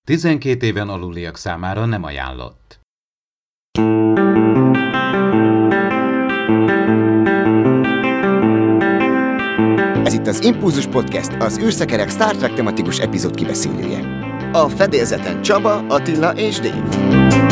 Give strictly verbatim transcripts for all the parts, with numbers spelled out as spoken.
tizenkét éven aluliak számára nem ajánlott. Ez itt az Impulzus Podcast, az űrszekerek Star Trek tematikus epizód kibeszélője. A fedélzeten Csaba, Attila és Dave.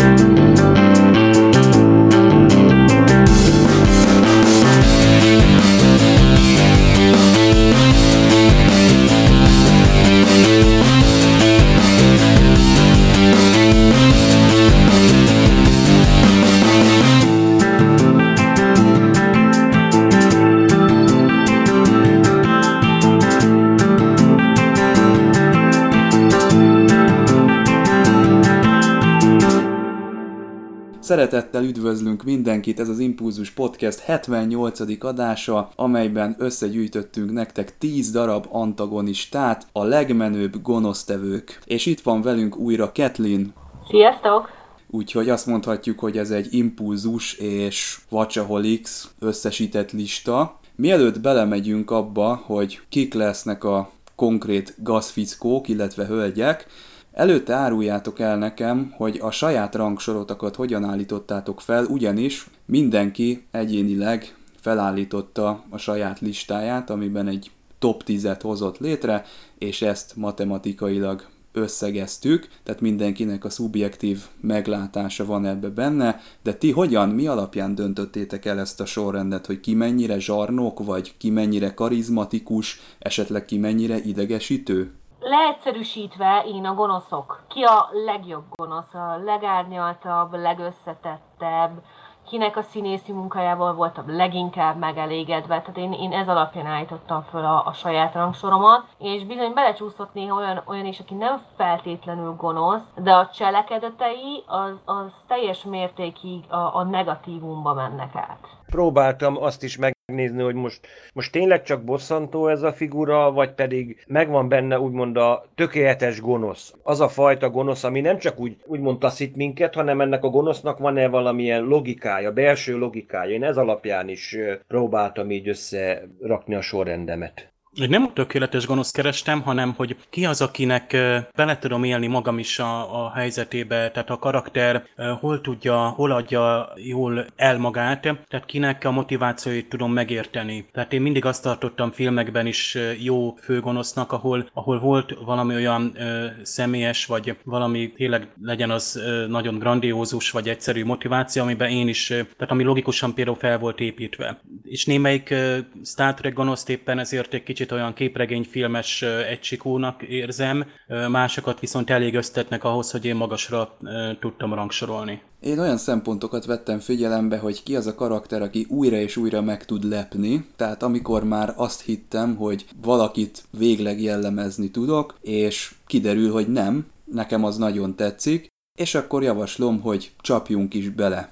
Szeretettel üdvözlünk mindenkit, ez az Impulzus Podcast hetvennyolcadik adása, amelyben összegyűjtöttünk nektek tíz darab antagonistát, a legmenőbb gonosztevők. És itt van velünk újra Kathleen. Sziasztok! Úgyhogy azt mondhatjuk, hogy ez egy Impulzus és Watchaholics összesített lista. Mielőtt belemegyünk abba, hogy kik lesznek a konkrét gazfickók, illetve hölgyek, előtte áruljátok el nekem, hogy a saját rangsorotokat hogyan állítottátok fel, ugyanis mindenki egyénileg felállította a saját listáját, amiben egy top tízet hozott létre, és ezt matematikailag összegeztük, tehát mindenkinek a szubjektív meglátása van ebbe benne, de ti hogyan, mi alapján döntöttétek el ezt a sorrendet, hogy ki mennyire zsarnok, vagy ki mennyire karizmatikus, esetleg ki mennyire idegesítő? Leegyszerűsítve én a gonoszok. Ki a legjobb gonosz, a legárnyaltabb, legösszetettebb, kinek a színészi munkájával voltam leginkább megelégedve. Tehát én, én ez alapján állítottam föl a, a saját rangsoromat, és bizony belecsúszott néha olyan, olyan is, aki nem feltétlenül gonosz, de a cselekedetei az, az teljes mértékig a, a negatívumba mennek át. Próbáltam azt is megnézni, hogy most, most tényleg csak bosszantó ez a figura, vagy pedig megvan benne úgymond a tökéletes gonosz. Az a fajta gonosz, ami nem csak úgy, úgymond taszít minket, hanem ennek a gonosznak van-e valamilyen logikája, belső logikája. Én ez alapján is próbáltam így összerakni a sorrendemet. Nem a tökéletes gonosz kerestem, hanem hogy ki az, akinek bele tudom élni magam is a, a helyzetébe, tehát a karakter hol tudja, hol adja jól el magát, tehát kinek a motivációit tudom megérteni. Tehát én mindig azt tartottam filmekben is jó főgonosznak, ahol, ahol volt valami olyan ö, személyes, vagy valami tényleg legyen az ö, nagyon grandiózus, vagy egyszerű motiváció, amiben én is, ö, tehát ami logikusan például fel volt építve. És némelyik ö, Star Trek gonoszt éppen ezért egy kicsit olyan képregényfilmes egysikónak érzem, másokat viszont elég összetetnek ahhoz, hogy én magasra tudtam rangsorolni. Én olyan szempontokat vettem figyelembe, hogy ki az a karakter, aki újra és újra meg tud lepni, tehát amikor már azt hittem, hogy valakit végleg jellemezni tudok, és kiderül, hogy nem, nekem az nagyon tetszik, és akkor javaslom, hogy csapjunk is bele.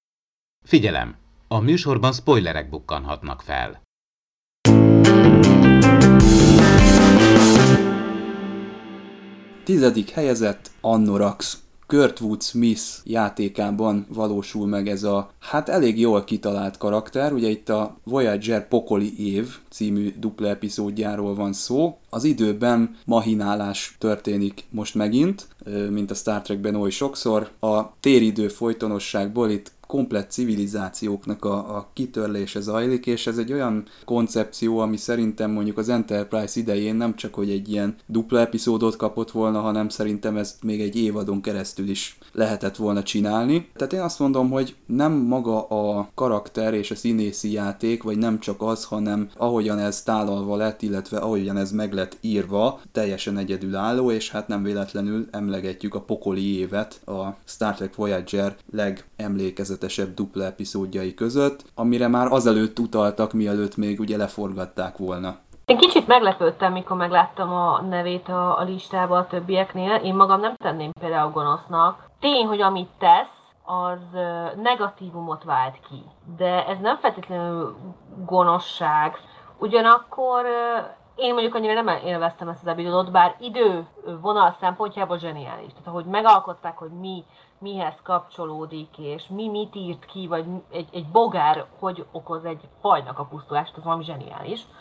Figyelem! A műsorban spoilerek bukkanhatnak fel. Tizedik helyezett Annorax. Kurtwood Smith játékában valósul meg ez a, hát elég jól kitalált karakter. Ugye itt a Voyager Pokoli év című dupla epizódjáról van szó. Az időben mahinálás történik most megint, mint a Star Trekben oly sokszor. A téridő folytonosságból itt komplett civilizációknak a, a kitörlése zajlik, és ez egy olyan koncepció, ami szerintem mondjuk az Enterprise idején nem csak, hogy egy ilyen dupla epizódot kapott volna, hanem szerintem ezt még egy évadon keresztül is lehetett volna csinálni. Tehát én azt mondom, hogy nem maga a karakter és a színészi játék, vagy nem csak az, hanem ahogyan ez tálalva lett, illetve ahogyan ez meg lett írva, teljesen egyedülálló, és hát nem véletlenül emlegetjük a pokoli évet a Star Trek Voyager legemlékezetesebb dupla epizódjai között, amire már azelőtt utaltak, mielőtt még ugye leforgatták volna. Én kicsit meglepődtem, mikor megláttam a nevét a, a listába a többieknél. Én magam nem tenném például gonosznak. Tény, hogy amit tesz, az negatívumot vált ki. De ez nem feltétlenül gonoszság. Ugyanakkor én mondjuk annyira nem élveztem ezt az epizódot, bár idő vonal szempontjából zseniális. Tehát ahogy megalkották, hogy mi mihez kapcsolódik, és mi mit írt ki, vagy egy, egy bogár hogy okoz egy fajnak a pusztulást, az valami zseniális.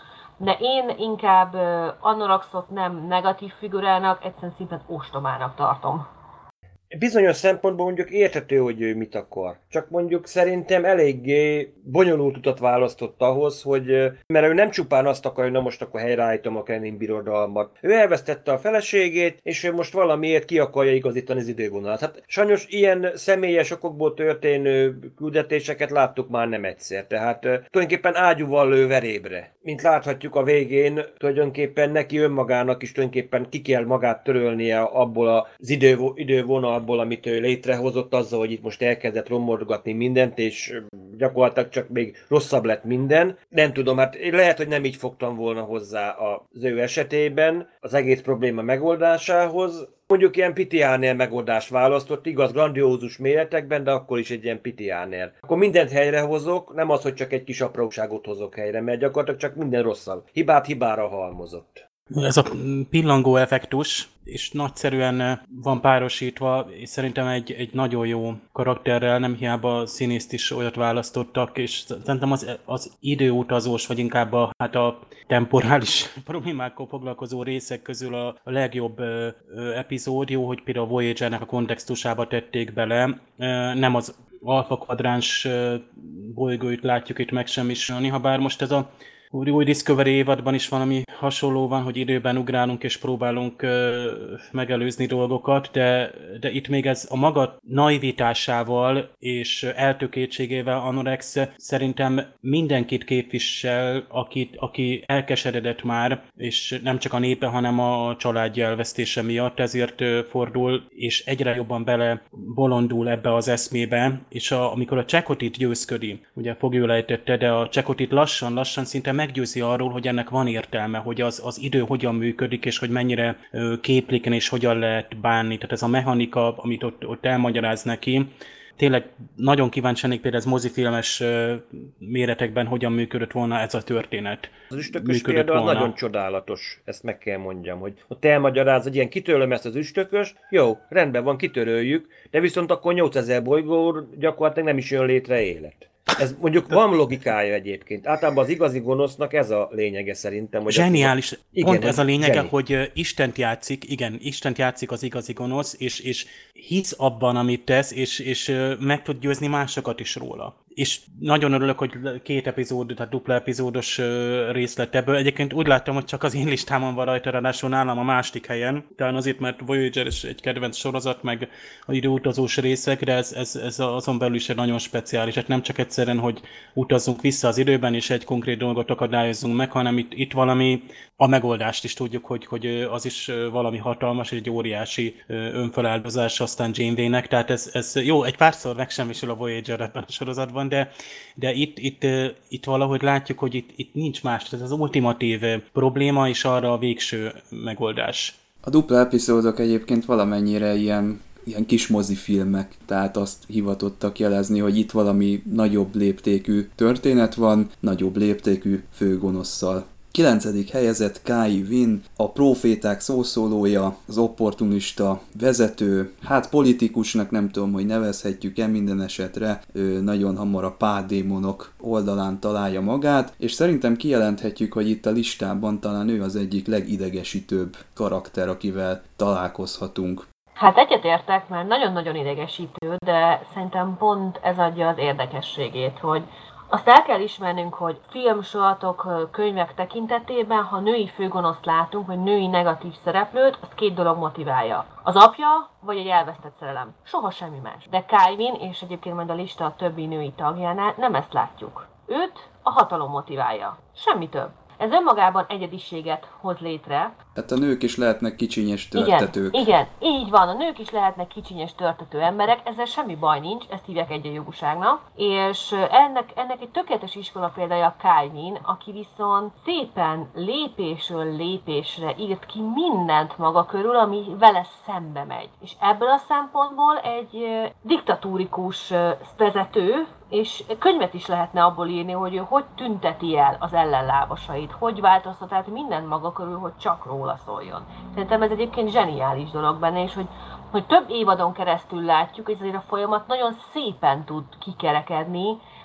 De én inkább Anoraxot nem negatív figurának, egyszerűen szimplán ostomának tartom. Bizonyos szempontból mondjuk érthető, hogy ő mit akar. Csak mondjuk szerintem eléggé bonyolult utat választott ahhoz, hogy mert ő nem csupán azt akarja, hogy na most akkor helyreállítom a Kenin birodalmat. Ő elvesztette a feleségét, és ő most valamiért ki akarja igazítani az idővonalat. Hát sajnos ilyen személyes okokból történő küldetéseket láttuk már nem egyszer. Tehát tulajdonképpen ágyúval lő verébre. Mint láthatjuk a végén, tulajdonképpen neki önmagának is tulajdonképpen ki kell magát törölnie abból az idővo- idővonalból, amit ő létrehozott azzal, hogy itt most elkezdett romolgatni mindent, és gyakorlatilag csak még rosszabb lett minden. Nem tudom, hát lehet, hogy nem így fogtam volna hozzá az ő esetében az egész probléma megoldásához. Mondjuk ilyen Pitiánél megoldást választott, igaz, grandiózus méretekben, de akkor is egy ilyen Pitiánél. Akkor mindent helyrehozok, nem az, hogy csak egy kis apróságot hozok helyre, mert gyakorlatilag csak minden rosszabb. Hibát hibára halmozott. Ez a pillangó effektus, és nagyszerűen van párosítva, és szerintem egy, egy nagyon jó karakterrel, nem hiába a színészt is olyat választottak, és szerintem az, az időutazós, vagy inkább a, hát a temporális problémákkal foglalkozó részek közül a, a legjobb ö, ö, epizód. Jó, hogy például a Voyager-nek a kontextusába tették bele, ö, nem az alfa kvadráns ö, bolygóit látjuk itt megsemmisülni, ha bár most ez a új Discovery évadban is valami hasonló van, hogy időben ugrálunk és próbálunk ö, megelőzni dolgokat, de, de itt még ez a maga naivitásával és eltökéltségével Anorex szerintem mindenkit képvisel, akit, aki elkeseredett már, és nem csak a népe, hanem a családja elvesztése miatt, ezért ö, fordul, és egyre jobban bele bolondul ebbe az eszmébe, és a, amikor a Csakotit győzködi, ugye Foglyul ejtette, de a Csakotit lassan-lassan szinte meggyőzi arról, hogy ennek van értelme, hogy az, az idő hogyan működik, és hogy mennyire ö, képlékeny, és hogyan lehet bánni. Tehát ez a mechanika, amit ott, ott elmagyaráz neki, tényleg nagyon kíváncsi lennék például ez mozifilmes ö, méretekben hogyan működött volna ez a történet. Az üstökös például nagyon csodálatos, ezt meg kell mondjam, hogy ott elmagyaráz, hogy ilyen kitörlöm ezt az üstökös, jó, rendben van, kitöröljük, de viszont akkor nyolcezer bolygó gyakorlatilag nem is jön létre élet. Ez mondjuk van logikája egyébként. Általában az igazi gonosznak ez a lényege szerintem. Hogy zseniális. Igen, pont ez a lényege, zseni. hogy Istent játszik, igen, Istent játszik az igazi gonosz, és, és hisz abban, amit tesz, és, és meg tud győzni másokat is róla. És nagyon örülök, hogy két epizód, tehát dupla epizódos rész lett ebből. Egyébként úgy láttam, hogy csak az én listámon van rajta, ráadásul nálam a második helyen. Talán azért, mert Voyager is egy kedvenc sorozat, meg az időutazós részek, de ez, ez, ez azon belül is egy nagyon speciális. Hát nem csak egyszerűen, hogy utazzunk vissza az időben, és egy konkrét dolgot akadályozzunk meg, hanem itt, itt valami, a megoldást is tudjuk, hogy, hogy az is valami hatalmas, egy óriási önfeláldozás aztán Janeway-nek. Tehát ez, ez jó, egy párszor megsemmisül a Voyager ebben a sorozatban, de, de itt, itt, itt valahogy látjuk, hogy itt, itt nincs más. Ez az ultimatív probléma, és arra a végső megoldás. A dupla epizódok egyébként valamennyire ilyen, ilyen kis mozifilmek, tehát azt hivatottak jelezni, hogy itt valami nagyobb léptékű történet van, nagyobb léptékű főgonosszal. Kilencedik helyezett Kai Winn, a proféták szószólója, az opportunista vezető, hát politikusnak nem tudom, hogy nevezhetjük-e, minden esetre ő nagyon hamar a párdémonok oldalán találja magát, és szerintem kijelenthetjük, hogy itt a listában talán ő az egyik legidegesítőbb karakter, akivel találkozhatunk. Hát egyetértek, mert nagyon-nagyon idegesítő, de szerintem pont ez adja az érdekességét, hogy azt el kell ismernünk, hogy filmsorozatok, könyvek tekintetében, ha női főgonoszt látunk, vagy női negatív szereplőt, az két dolog motiválja. Az apja, vagy egy elvesztett szerelem. Soha semmi más. De Kai Winn, és egyébként majd a lista a többi női tagjánál nem ezt látjuk. Őt a hatalom motiválja. Semmi több. Ez önmagában egyediséget hoz létre. Tehát a nők is lehetnek kicsinyes törtetők. Igen, igen, így van, a nők is lehetnek kicsinyes törtető emberek, ezzel semmi baj nincs, ezt hívják egyenjogúságnak. És ennek, ennek egy tökéletes iskola példája a Kai Winn, aki viszont szépen lépésről lépésre írt ki mindent maga körül, ami vele szembe megy. És ebből a szempontból egy diktatúrikus vezető, és könyvet is lehetne abból írni, hogy ő hogy tünteti el az ellenlábasait, hogy változtat át mindent maga körül, hogy csak róla szóljon. Szerintem ez egyébként zseniális dolog benne, és hogy, hogy több évadon keresztül látjuk, és azért a folyamat nagyon szépen tud kikerekedni,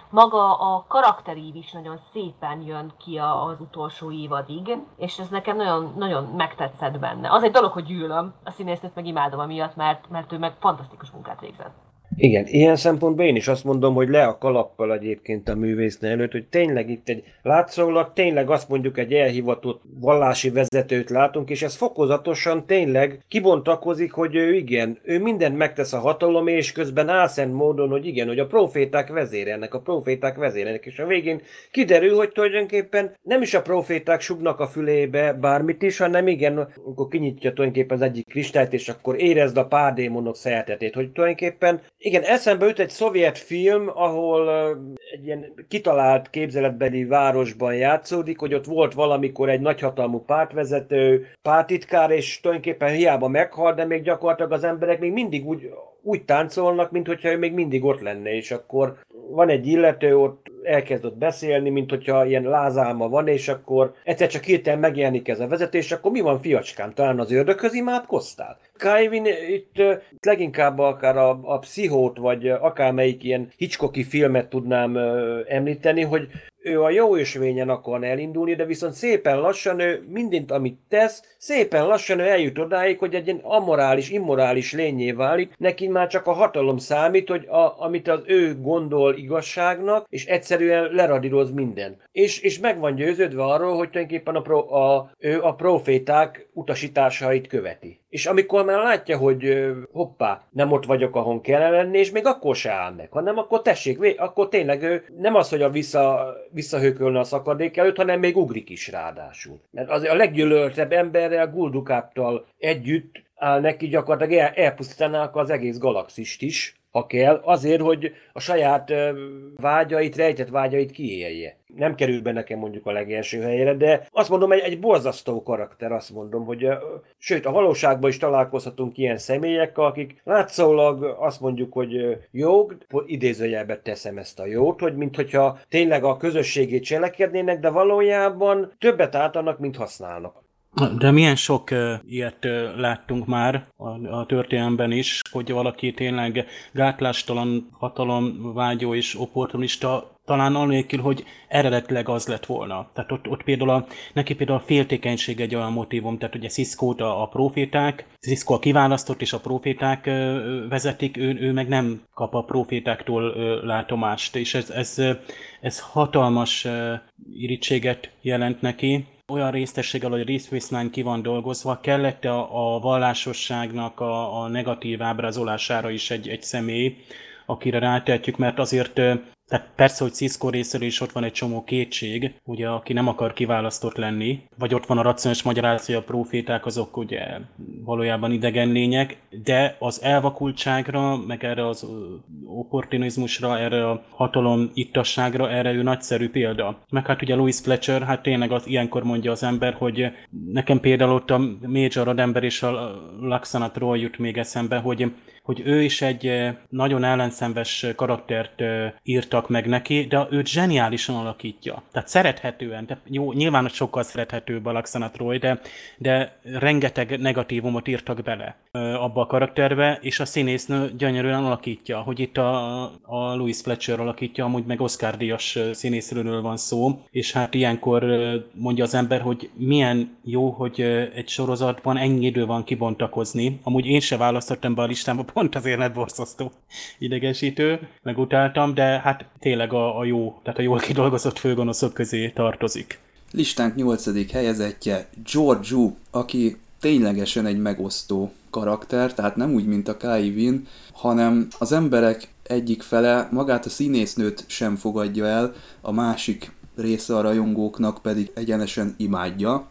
maga a karakterív is nagyon szépen jön ki az utolsó évadig, és ez nekem nagyon, nagyon megtetszett benne. Az egy dolog, hogy gyűlöm, a színésznőt meg imádom amiatt, mert, mert ő meg fantasztikus munkát végzett. Igen, ilyen szempontból én is azt mondom, hogy le a kalappal egyébként a művésznő előtt, hogy tényleg itt egy látszólag tényleg azt mondjuk egy elhivatott vallási vezetőt látunk, és ez fokozatosan tényleg kibontakozik, hogy ő igen, ő mindent megtesz a hatalom, és közben álszent módon, hogy igen, hogy a proféták vezérelnek, a proféták vezérelnek, és a végén kiderül, hogy tulajdonképpen nem is a proféták sugnak a fülébe bármit is, hanem igen, akkor kinyitja tulajdonképpen az egyik kristályt, és akkor érezd a párdémonok szeretetét, hogy tulajdonképpen igen, eszembe jut egy szovjet film, ahol uh, egy ilyen kitalált képzeletbeli városban játszódik, hogy ott volt valamikor egy nagyhatalmú pártvezető, pártitkár, és tulajdonképpen hiába meghalt, de még gyakorlatilag az emberek még mindig úgy, úgy táncolnak, mint hogyha ő még mindig ott lenne, és akkor van egy illető, ott elkezdett beszélni, mint hogyha ilyen lázálma van, és akkor egyszer csak hirtelen megjelenik ez a vezető, és akkor mi van, fiacskám, talán az ördöghöz imádkoztál? Kávin itt uh, leginkább akár a, a Pszichót, vagy uh, akármelyik ilyen Hitchcocki filmet tudnám uh, említeni, hogy ő a jó ösvényen akar elindulni, de viszont szépen lassan ő mindent, amit tesz, szépen lassan ő eljut odáig, hogy egy ilyen amorális, immorális lényé válik, neki már csak a hatalom számít, hogy a, amit az ő gondol igazságnak, és egyszerűen leradíroz minden. És, és meg van győződve arról, hogy tulajdonképpen a, pro, a, ő a proféták utasításait követi. És amikor már látja, hogy hoppá, nem ott vagyok, ahol kellene lenni, és még akkor se áll meg, hanem akkor tessék, akkor tényleg ő nem az, hogy a vissza, visszahőkölne a szakadék előtt, hanem még ugrik is ráadásul. Mert az a leggyűlöltebb emberrel, Gul-Dukáttal együtt áll neki, gyakorlatilag el, elpusztítanák az egész galaxist is, ha kell, azért, hogy a saját vágyait, rejtett vágyait kiélje. Nem kerül be nekem mondjuk a legelső helyre, de azt mondom, egy, egy borzasztó karakter, azt mondom, hogy sőt, a valóságban is találkozhatunk ilyen személyekkel, akik látszólag azt mondjuk, hogy jók, idézőjelben teszem ezt a jót, hogy minthogyha tényleg a közösségét cselekednének, de valójában többet ártanak, mint használnak. De milyen sok uh, ilyet uh, láttunk már a, a történelemben is, hogy valaki tényleg gátlástalan, hatalomvágyó és opportunista, talán annélkül, hogy eredetileg az lett volna. Tehát ott, ott például a, neki például a féltékenység egy olyan motívum, tehát ugye Siskót a, a proféták, Sisko a kiválasztott és a proféták ö, vezetik, ő, ő meg nem kap a profétáktól ö, látomást, és ez, ez, ez hatalmas ö, irítséget jelent neki. Olyan résztességgel, hogy Reese Wiseman ki van dolgozva, kellett a, a vallásosságnak a, a negatív ábrázolására is egy, egy személy, akire rátehetjük, mert azért, tehát persze, hogy Sisko részéről is ott van egy csomó kétség, ugye, aki nem akar kiválasztott lenni, vagy ott van a racionális magyarázat, hogy a proféták azok ugye valójában idegen lények, de az elvakultságra, meg erre az opportunizmusra, erre a hatalom ittasságra, erre ő nagyszerű példa. Meg hát ugye Louis Fletcher, hát tényleg az, ilyenkor mondja az ember, hogy nekem például ott a Major Roddenberry és a Laxana Troy jut még eszembe, hogy hogy ő is egy nagyon ellenszenves karaktert írtak meg neki, de őt zseniálisan alakítja. Tehát szerethetően, de jó, nyilván sokkal szerethetőbb a Laxana Troy, de, de rengeteg negatívumot írtak bele abba a karakterbe, és a színésznő gyönyörűen alakítja, hogy itt a, a Louis Fletcher alakítja, amúgy meg Oscar-díjas színészről van szó, és hát ilyenkor mondja az ember, hogy milyen jó, hogy egy sorozatban ennyi idő van kibontakozni. Amúgy én se választottam be a listámba, pont azért lett borzasztó idegesítő, megutáltam, de hát tényleg a, a jó, tehát a jól kidolgozott főgonoszok közé tartozik. Listánk nyolcadik helyezettje George Wu, aki ténylegesen egy megosztó karakter, tehát nem úgy, mint a Kai Winn, hanem az emberek egyik fele magát a színésznőt sem fogadja el, a másik része a rajongóknak pedig egyenesen imádja.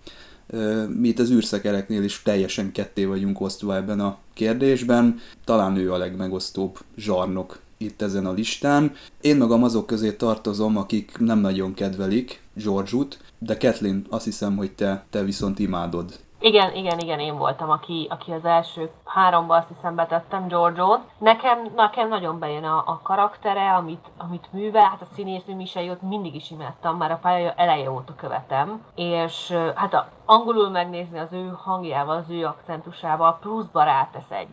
Mi itt az űrszekereknél is teljesen ketté vagyunk osztva ebben a kérdésben. Talán ő a legmegosztóbb zsarnok itt ezen a listán. Én magam azok közé tartozom, akik nem nagyon kedvelik George-ut, de Kathleen, azt hiszem, hogy te, te viszont imádod. Igen, igen, igen, én voltam, aki, aki az első háromba azt hiszem betettem George-ot. Nekem, nekem nagyon bejön a, a karaktere, amit, amit művel, hát a színésznő Michelle-t mindig is imádtam, már a pálya eleje óta követem, és hát a, angolul megnézni az ő hangjával, az ő akcentusával, pluszba rátesz egyet.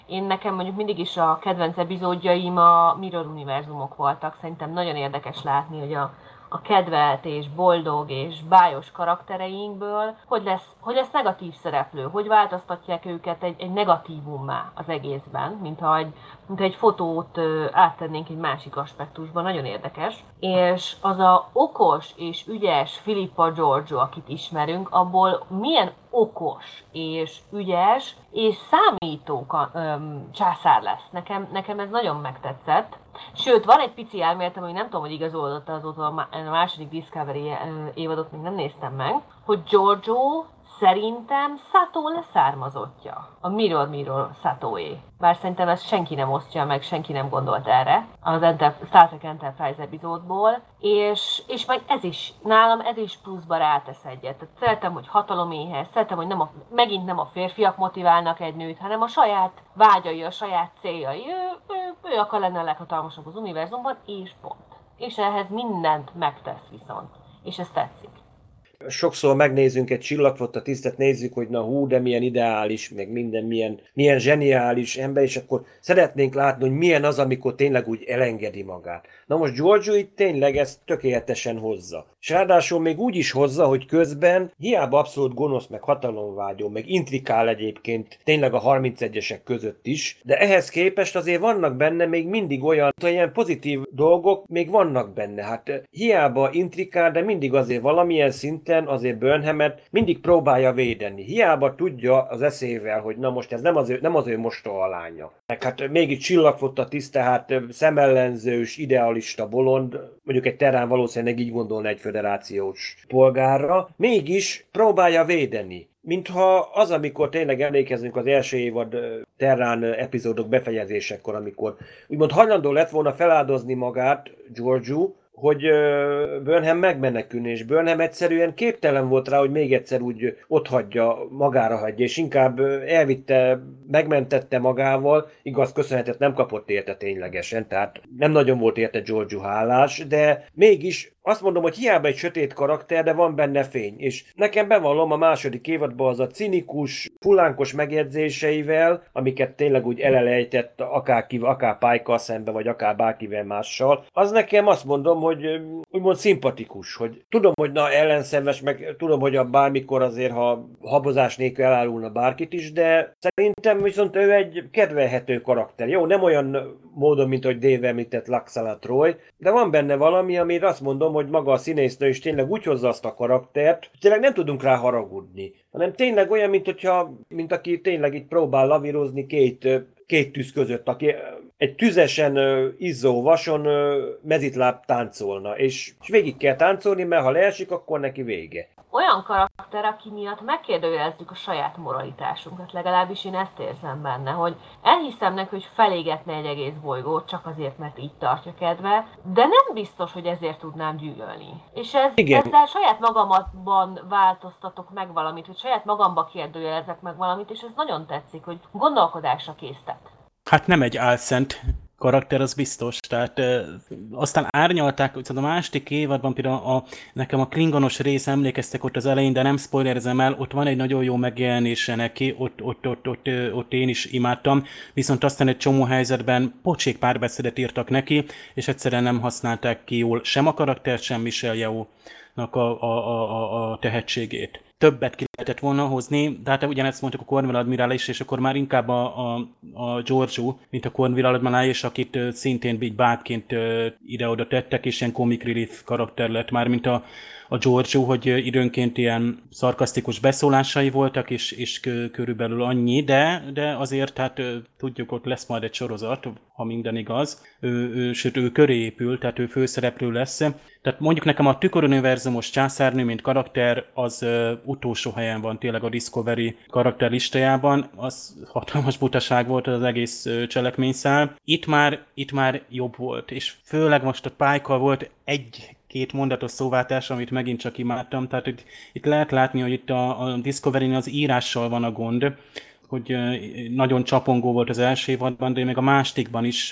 Én nekem mondjuk mindig is a kedvenc epizódjaim a Mirror univerzumok voltak. Szerintem nagyon érdekes látni, hogy a, a kedvelt és boldog és bájos karaktereinkből hogy lesz, hogy lesz negatív szereplő, hogy változtatják őket egy, egy negatívummá az egészben, mintha egy, mintha egy fotót ö, áttennénk egy másik aspektusban, nagyon érdekes. És az a okos és ügyes Philippa Georgiou, akit ismerünk, abból milyen okos és ügyes és számító öm, császár lesz. Nekem, nekem ez nagyon megtetszett. Sőt, van egy pici elméletem, hogy nem tudom, hogy igazolódott azóta a második Discovery évadot még nem néztem meg, hogy Georgiou szerintem Sato leszármazottja. A Mirror Mirror Satoé. Bár szerintem ezt senki nem osztja meg, senki nem gondolt erre az Enter- Star Trek Enterprise epizódból, és, és meg ez is, nálam ez is pluszba rátesz egyet. Tehát szeretem, hogy hataloméhez, szeretem, hogy nem a, megint nem a férfiak motiválnak egy nőt, hanem a saját vágyai, a saját céljai. Ő, ő, ő akar lenni a leghatalmasabb az univerzumban, és pont. És ehhez mindent megtesz viszont. És ez tetszik. Sokszor megnézünk egy csillagflotta tisztet, nézzük, hogy na hú, de milyen ideális, meg minden milyen, milyen zseniális ember, és akkor szeretnénk látni, hogy milyen az, amikor tényleg úgy elengedi magát. Na most Georgiou itt tényleg ezt tökéletesen hozza. És ráadásul még úgy is hozza, hogy közben hiába abszolút gonosz, meg hatalomvágyó, meg intrikál egyébként tényleg a harmincegyesek között is, de ehhez képest azért vannak benne még mindig olyan, olyan pozitív dolgok, még vannak benne. Hát hiába intrikál, de mindig azért valamilyen szinten azért Burnhamet mindig próbálja védeni. Hiába tudja az eszével, hogy na most ez nem az ő, nem az ő mostoha lánya. Meg hát mégis csillagfotta tiszt, tehát szemellenzős, idealista bolond, mondjuk egy terán valószínűleg így gondolna egy föderációs polgárra, mégis próbálja védeni. Mintha az, amikor tényleg emlékezünk az első évad Terrán epizódok befejezésekor, amikor úgymond hajlandó lett volna feláldozni magát Georgiou, hogy Burnham megmenekülni, és Burnham egyszerűen képtelen volt rá, hogy még egyszer úgy otthagyja, magára hagyja, és inkább elvitte, megmentette magával, igaz, köszönhetet nem kapott érte ténylegesen, tehát nem nagyon volt érte Georgiou hálás, de mégis azt mondom, hogy hiába egy sötét karakter, de van benne fény, és nekem bevallom a második évadban az a cinikus, fullánkos megjegyzéseivel, amiket tényleg úgy elelejtett akár, akár Pike-kal szembe, vagy akár bárkivel mással, az nekem azt mondom, hogy úgymond szimpatikus, hogy tudom, hogy na ellenszenves, meg tudom, hogy a bármikor azért, ha habozás nélkül elárulna bárkit is, de szerintem viszont ő egy kedvelhető karakter. Jó, nem olyan módon, mint hogy Dave említett Laxana Troy, de van benne valami, amire azt mondom, hogy maga a színésznő is tényleg úgy hozza azt a karaktert, hogy tényleg nem tudunk rá haragudni, hanem tényleg olyan, mint, hogyha, mint aki tényleg itt próbál lavírozni két, két tűz között, aki egy tüzesen izzó vason mezitláb táncolna, és, és végig kell táncolni, mert ha leesik, akkor neki vége. Olyan karakter, aki miatt megkérdőjelezzük a saját moralitásunkat, legalábbis én ezt érzem benne, hogy elhiszem neki, hogy felégetne egy egész bolygót, csak azért, mert így tartja kedve, de nem biztos, hogy ezért tudnám gyűlölni. És ez, ezzel saját magamban változtatok meg valamit, hogy saját magamba kérdőjelezek meg valamit, és ez nagyon tetszik, hogy gondolkodásra késztet. Hát nem egy álszent karakter, az biztos. Tehát e, aztán árnyalták, hogy a második évadban például a, nekem a klingonos rész, emlékeztek ott az elején, de nem spoilerezem el, ott van egy nagyon jó megjelenése neki, ott, ott, ott, ott, ott én is imádtam, viszont aztán egy csomó helyzetben pocsék párbeszédet írtak neki, és egyszerűen nem használták ki jól sem a karaktert, sem Michelle Yeoh-nak a, a, a, a tehetségét. Többet ki lehetett volna hozni, de hát ugyanezt mondtuk a Cornwell Admiral is, és akkor már inkább a, a, a Georgiou, mint a Cornwell Admiral is, akit szintén így bábként ide-oda tettek, és ilyen comic relief karakter lett már, mint a, a Georgiou, hogy időnként ilyen szarkasztikus beszólásai voltak, és, és körülbelül annyi, de, de azért hát tudjuk, ott lesz majd egy sorozat, ha minden igaz, ő, ő, sőt ő köré épül, tehát ő főszereplő lesz. Tehát mondjuk nekem a tüköruniverzumos császárnő, mint karakter, az uh, utolsó helyen van tényleg a Discovery karakter listájában. Az hatalmas butaság volt az egész uh, cselekményszál. Itt már, itt már jobb volt, és főleg most a Pike-kal volt egy-két mondatos szóváltás, amit megint csak imádtam. Tehát itt, itt lehet látni, hogy itt a, a Discovery-n az írással van a gond, hogy nagyon csapongó volt az első évadban, de még a másodikban is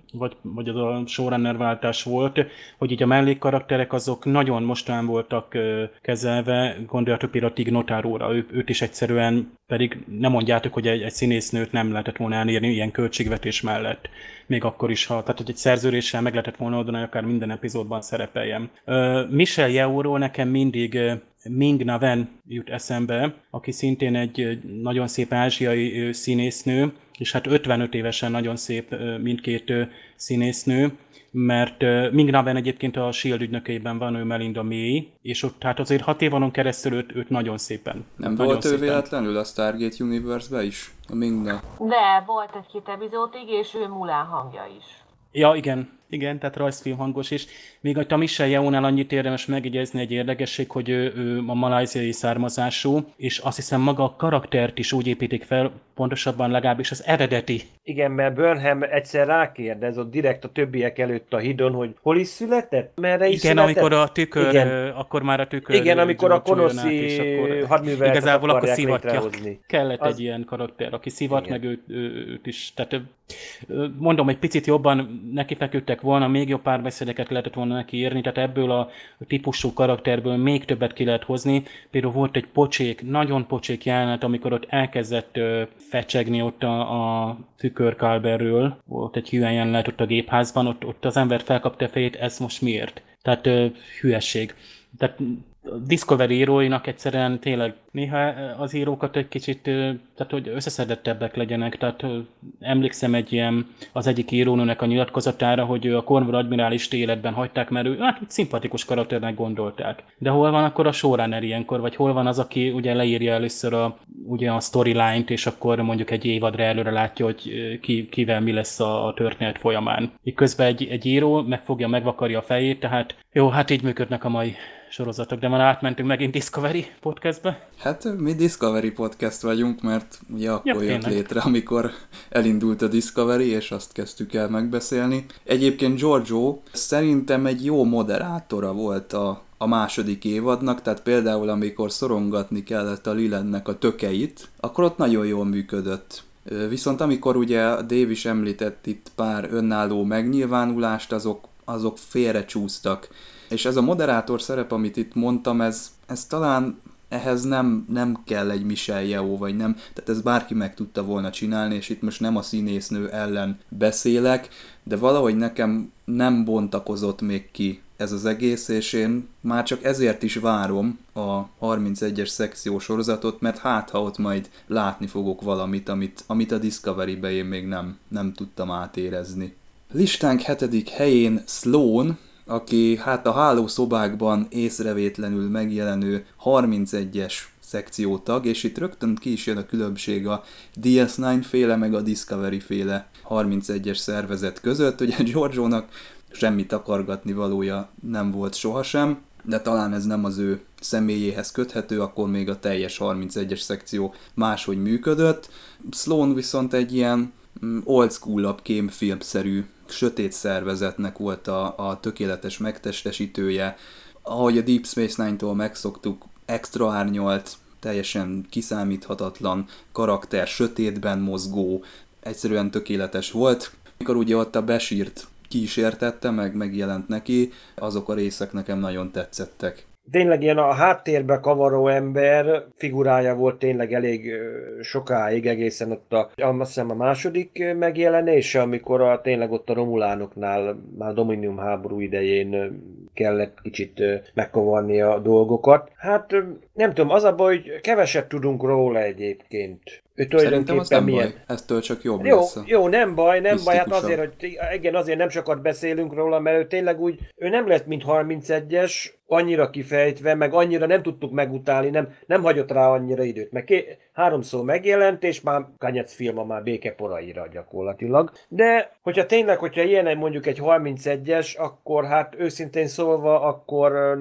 vagy, vagy az a showrunner váltás volt, hogy így a mellékkarakterek azok nagyon mostán voltak kezelve, gondoljatok például Tig Notáróra, ő, őt is egyszerűen, pedig nem mondjátok, hogy egy, egy színésznőt nem lehetett volna elírni ilyen költségvetés mellett. Még akkor is, ha, tehát hogy egy szerződéssel meg lehetett volna oldani, akár minden epizódban szerepeljem. Uh, Michelle Yeohról nekem mindig uh, Ming Na Wen jut eszembe, aki szintén egy uh, nagyon szép ázsiai uh, színésznő, és hát ötvenöt évesen nagyon szép uh, mindkét uh, színésznő, mert uh, Ming Na Wen egyébként a Shield ügynökeiben van, ő Melinda May, és ott hát azért hat évanon keresztül őt, őt nagyon szépen. Nem nagyon volt szépen. ő véletlenül a Stargate Universe-be is? A Ming-Na? De volt egy-két epizódig, és ő Mulan hangja is. Ja, igen. Igen, tehát rajzfilm hangos is. Még a Michelle Yeohnál annyit érdemes megjegyezni egy érdekesség, hogy ő, ő a malajziai származású, és azt hiszem maga a karaktert is úgy építik fel, pontosabban legalábbis az eredeti. Igen, mert Burnham egyszer rákérdez ott direkt a többiek előtt a hídon, hogy hol is született? Merre is Igen, született? amikor a tükör, Igen. akkor már a tükör... Igen, amikor a konoszi konoszi hadműveletet igazából akkor akarják szivatja. létrehozni. Kellett Az... egy ilyen karakter, aki szivat, Igen. meg őt, őt is. Tehát mondom, egy picit jobban nekifeküdtek volna, még jobb párbeszédeket lehetett volna neki írni, tehát ebből a típusú karakterből még többet ki lehet hozni. Például volt egy pocsék, nagyon pocsék jelenet, amikor ott elkezdett ö, fecsegni ott a, a tükörkálberről. Volt egy hülyen jelenet ott a gépházban, ott, ott az ember felkapta a fejét, ez most miért? Tehát ö, hülyesség. Tehát a Discovery íróinak egyszerűen tényleg néha az írókat egy kicsit, tehát hogy összeszedettebbek legyenek, tehát emlékszem egy ilyen az egyik írónőnek a nyilatkozatára, hogy a Cornwall admirálist életben hagyták, mert ő hát, szimpatikus karakternek gondolták. De hol van akkor a showrunner ilyenkor, vagy hol van az, aki ugye leírja először a, ugye a storyline-t, és akkor mondjuk egy évadra előre látja, hogy ki, kivel mi lesz a, a történet folyamán. Így közben egy, egy író megfogja, megvakarja a fejét, tehát jó, hát így működnek a mai sorozatok, de már átmentünk megint Discovery podcastbe. Hát mi Discovery podcast vagyunk, mert ugye akkor ja, jött tényleg. létre, amikor elindult a Discovery, és azt kezdtük el megbeszélni. Egyébként Giorgio szerintem egy jó moderátora volt a, a második évadnak, tehát például amikor szorongatni kellett a Lilennek a tökeit, akkor ott nagyon jól működött. Viszont amikor ugye Dave is említett itt pár önálló megnyilvánulást, azok, azok félrecsúsztak. És ez a moderátor szerep, amit itt mondtam, ez, ez talán ehhez nem, nem kell egy Michelle Yeoh, vagy nem, tehát ez bárki meg tudta volna csinálni, és itt most nem a színésznő ellen beszélek, de valahogy nekem nem bontakozott még ki ez az egész, és én már csak ezért is várom a harmincegyes szekció sorozatot, mert hát ha ott majd látni fogok valamit, amit, amit a Discovery-be én még nem, nem tudtam átérezni. Listánk hetedik helyén Sloan, aki hát a hálószobákban észrevétlenül megjelenő harmincegyes szekciótag, és itt rögtön ki is jön a különbség a D S kilenc féle meg a Discovery féle harmincegyes szervezet között. Ugye Giorgio-nak semmi takargatni valója nem volt sohasem, de talán ez nem az ő személyéhez köthető, akkor még a teljes harmincegyes szekció máshogy működött. Sloan viszont egy ilyen old school-abb kémfilmszerű sötét szervezetnek volt a, a tökéletes megtestesítője. Ahogy a Deep Space Nine-tól megszoktuk, extra árnyalt, teljesen kiszámíthatatlan karakter, sötétben mozgó, egyszerűen tökéletes volt. Mikor ugye ott a Bashirt kísértette, meg megjelent neki, azok a részek nekem nagyon tetszettek. Tényleg ilyen a háttérbe kavaró ember figurája volt tényleg elég sokáig, egészen ott a, azt hiszem a második megjelenése, amikor a, tényleg ott a Romulánoknál már Dominium háború idején kellett kicsit megkavarni a dolgokat. Hát nem tudom, az a baj, hogy keveset tudunk róla egyébként. Szerintem az nem milyen... baj, eztől csak jobb jó, lesz. Jó, nem baj, nem baj, hát azért, hogy igen, azért nem sokat beszélünk róla, mert ő tényleg úgy, ő nem lett mint harmincegyes, annyira kifejtve, meg annyira nem tudtuk megutálni, nem, nem hagyott rá annyira időt, meg ké, háromszor megjelent, és már Kanyec filma már békeporaira gyakorlatilag. De, hogyha tényleg, hogyha ilyen mondjuk egy harmincegyes, akkor hát őszintén szólva, akkor nem,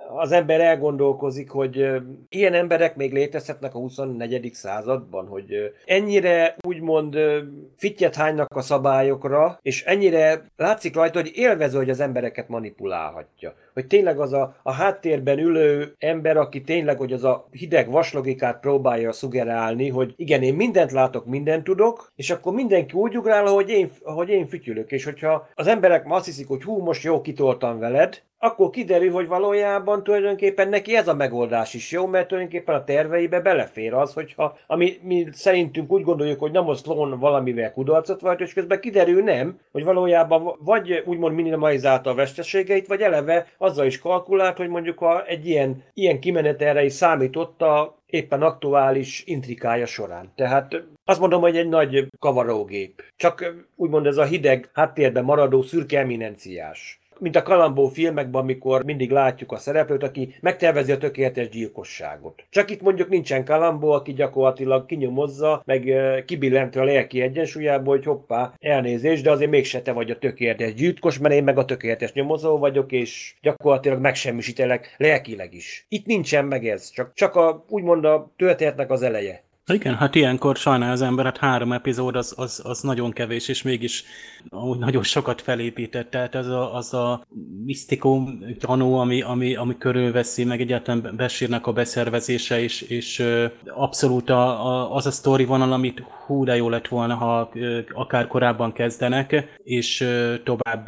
az ember elgondolkozik, hogy ilyen emberek még létezhetnek a huszonnegyedik században, hogy ennyire úgymond fittyet hánynak a szabályokra, és ennyire látszik rajta, hogy élvező, hogy az embereket manipulálhatja. Hogy tényleg az a, a háttérben ülő ember, aki tényleg, hogy az a hideg vaslogikát próbálja szugerálni, hogy igen, én mindent látok, mindent tudok, és akkor mindenki úgy ugrál, ahogy én, ahogy én fütyülök. És hogyha az emberek ma azt hiszik, hogy hú, most jó, kitoltam veled, akkor kiderül, hogy valójában tulajdonképpen neki ez a megoldás is jó, mert tulajdonképpen a terveibe belefér az, hogyha ami, mi szerintünk úgy gondoljuk, hogy nem a Sloan valamivel kudarcot volt, és közben kiderül nem, hogy valójában vagy úgymond minimalizálta a veszteségeit, vagy eleve azzal is kalkulált, hogy mondjuk a, egy ilyen, ilyen kimenetelre is számított a éppen aktuális intrikája során. Tehát azt mondom, hogy egy nagy kavarógép. Csak úgymond ez a hideg háttérben maradó szürke eminenciás. Mint a Columbo filmekben, amikor mindig látjuk a szereplőt, aki megtervezi a tökéletes gyilkosságot. Csak itt mondjuk nincsen Columbo, aki gyakorlatilag kinyomozza, meg kibillenti a lelki egyensúlyából, hogy hoppá, elnézés, de azért mégse te vagy a tökéletes gyilkos, mert én meg a tökéletes nyomozó vagyok, és gyakorlatilag megsemmisítelek lelkileg is. Itt nincsen meg ez, csak, csak a, úgymond a történetnek az eleje. Igen, hát ilyenkor sajnál az ember, hát három epizód az, az, az nagyon kevés, és mégis amúgy nagyon sokat felépített, tehát az a, az a misztikum gyanú, ami, ami, ami körülveszi, meg egyáltalán Bashirnak a beszervezése, és, és abszolút a, a, az a sztori vonal, amit hú, de jó lett volna, ha akár korábban kezdenek, és tovább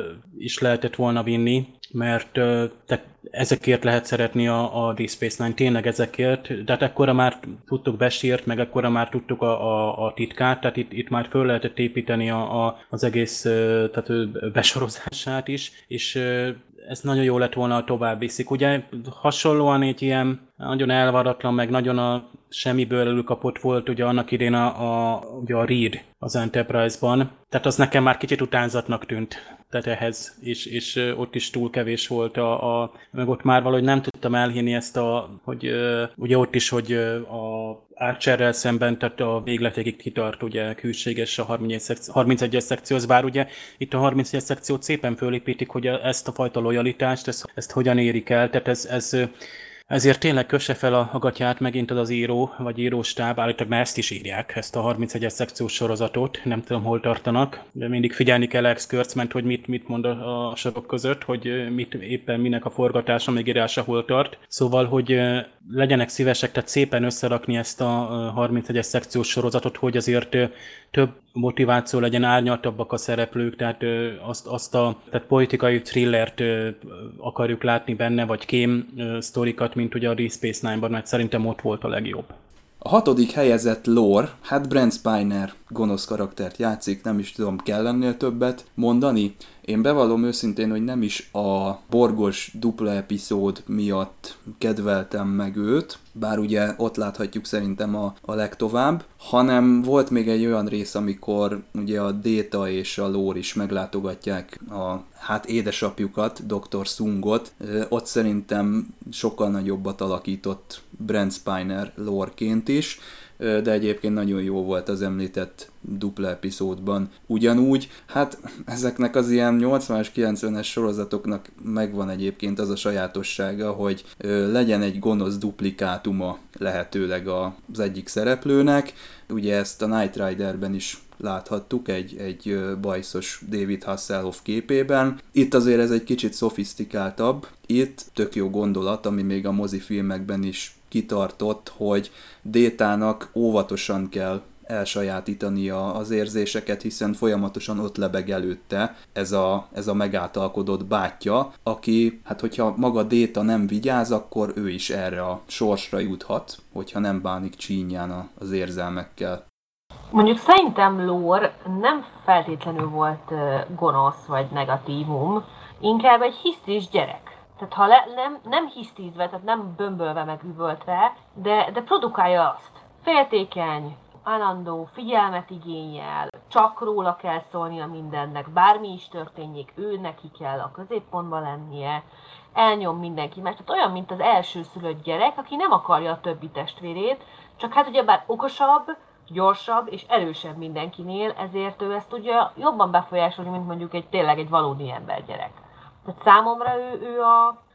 is lehetett volna vinni, mert tehát ezekért lehet szeretni a, a Deep Space Nine, tényleg ezekért, de hát ekkora már tudtuk Bashirt, meg ekkora már tudtuk a, a, a titkát, tehát itt, itt már föl lehetett építeni a, a, az egész tehát besorozását is, és ez nagyon jó lett volna, a tovább viszik. Ugye hasonlóan egy ilyen nagyon elvaratlan, meg nagyon a semmiből előkapott volt ugye annak idén a, a, ugye a Reed az Enterprise-ban. Tehát az nekem már kicsit utánzatnak tűnt, tehát ehhez, és, és ott is túl kevés volt a, a meg ott már valahogy nem tudtam elhinni ezt a, hogy ugye ott is, hogy a Archerrel szemben, tehát a végletekig kitart, ugye külséges a harmincegyes szekcióhoz, bár ugye itt a harmincegyes szekciót szépen fölépítik, hogy ezt a fajta lojalitást, ezt, ezt hogyan érik el, tehát ez, ez ezért tényleg kösse fel a, a gatyát megint az az író, vagy íróstáb, állítólag már ezt is írják, ezt a harmincegyes szekciós sorozatot, nem tudom hol tartanak, de mindig figyelni kell Alex Kurtzman, hogy mit, mit mond a, a sorok között, hogy mit éppen minek a forgatása, még írása hol tart. Szóval, hogy legyenek szívesek, tehát szépen összerakni ezt a harmincegyes szekciós sorozatot, hogy azért több motiváció legyen, árnyaltabbak a szereplők, tehát azt, azt a tehát politikai thrillert akarjuk látni benne, vagy kém sztorikat, mint ugye a Deep Space Nine-ban, mert szerintem ott volt a legjobb. A hatodik helyezett Lore, hát Brent Spiner gonosz karaktert játszik, nem is tudom, kell ennél többet mondani. Én bevallom őszintén, hogy nem is a borgos dupla epizód miatt kedveltem meg őt, bár ugye ott láthatjuk szerintem a, a legtovább, hanem volt még egy olyan rész, amikor ugye a Data és a Lore is meglátogatják a hát édesapjukat, doktor Sungot. Ott szerintem sokkal nagyobbat alakított Brent Spiner Lore-ként is, de egyébként nagyon jó volt az említett dupla epizódban. Ugyanúgy, hát ezeknek az ilyen nyolcvanas, kilencvenes sorozatoknak megvan egyébként az a sajátossága, hogy legyen egy gonosz duplikátuma lehetőleg az egyik szereplőnek. Ugye ezt a Knight Riderben is láthattuk egy, egy bajszos David Hasselhoff képében. Itt azért ez egy kicsit szofisztikáltabb. Itt tök jó gondolat, ami még a mozifilmekben is kitartott, hogy Détának óvatosan kell elsajátítania az érzéseket, hiszen folyamatosan ott lebeg előtte ez a, ez a megáltalkodott bátyja, aki, hát hogyha maga Déta nem vigyáz, akkor ő is erre a sorsra juthat, hogyha nem bánik csínyán az érzelmekkel. Mondjuk szerintem Lore nem feltétlenül volt gonosz vagy negatívum, inkább egy hisztis gyerek. Tehát ha le, nem, nem hisztízve, tehát nem bömbölve meg üvöltve, de, de produkálja azt. Féltékeny, állandó, figyelmet igényel, csak róla kell szólnia mindennek, bármi is történjék, ő neki kell a középpontban lennie, elnyom mindenki más. Tehát olyan, mint az elsőszülött gyerek, aki nem akarja a többi testvérét, csak hát ugyebár okosabb, gyorsabb és erősebb mindenkinél, ezért ő ezt tudja jobban befolyásolni, mint mondjuk egy tényleg egy valódi embergyerek. Tehát számomra ő, ő a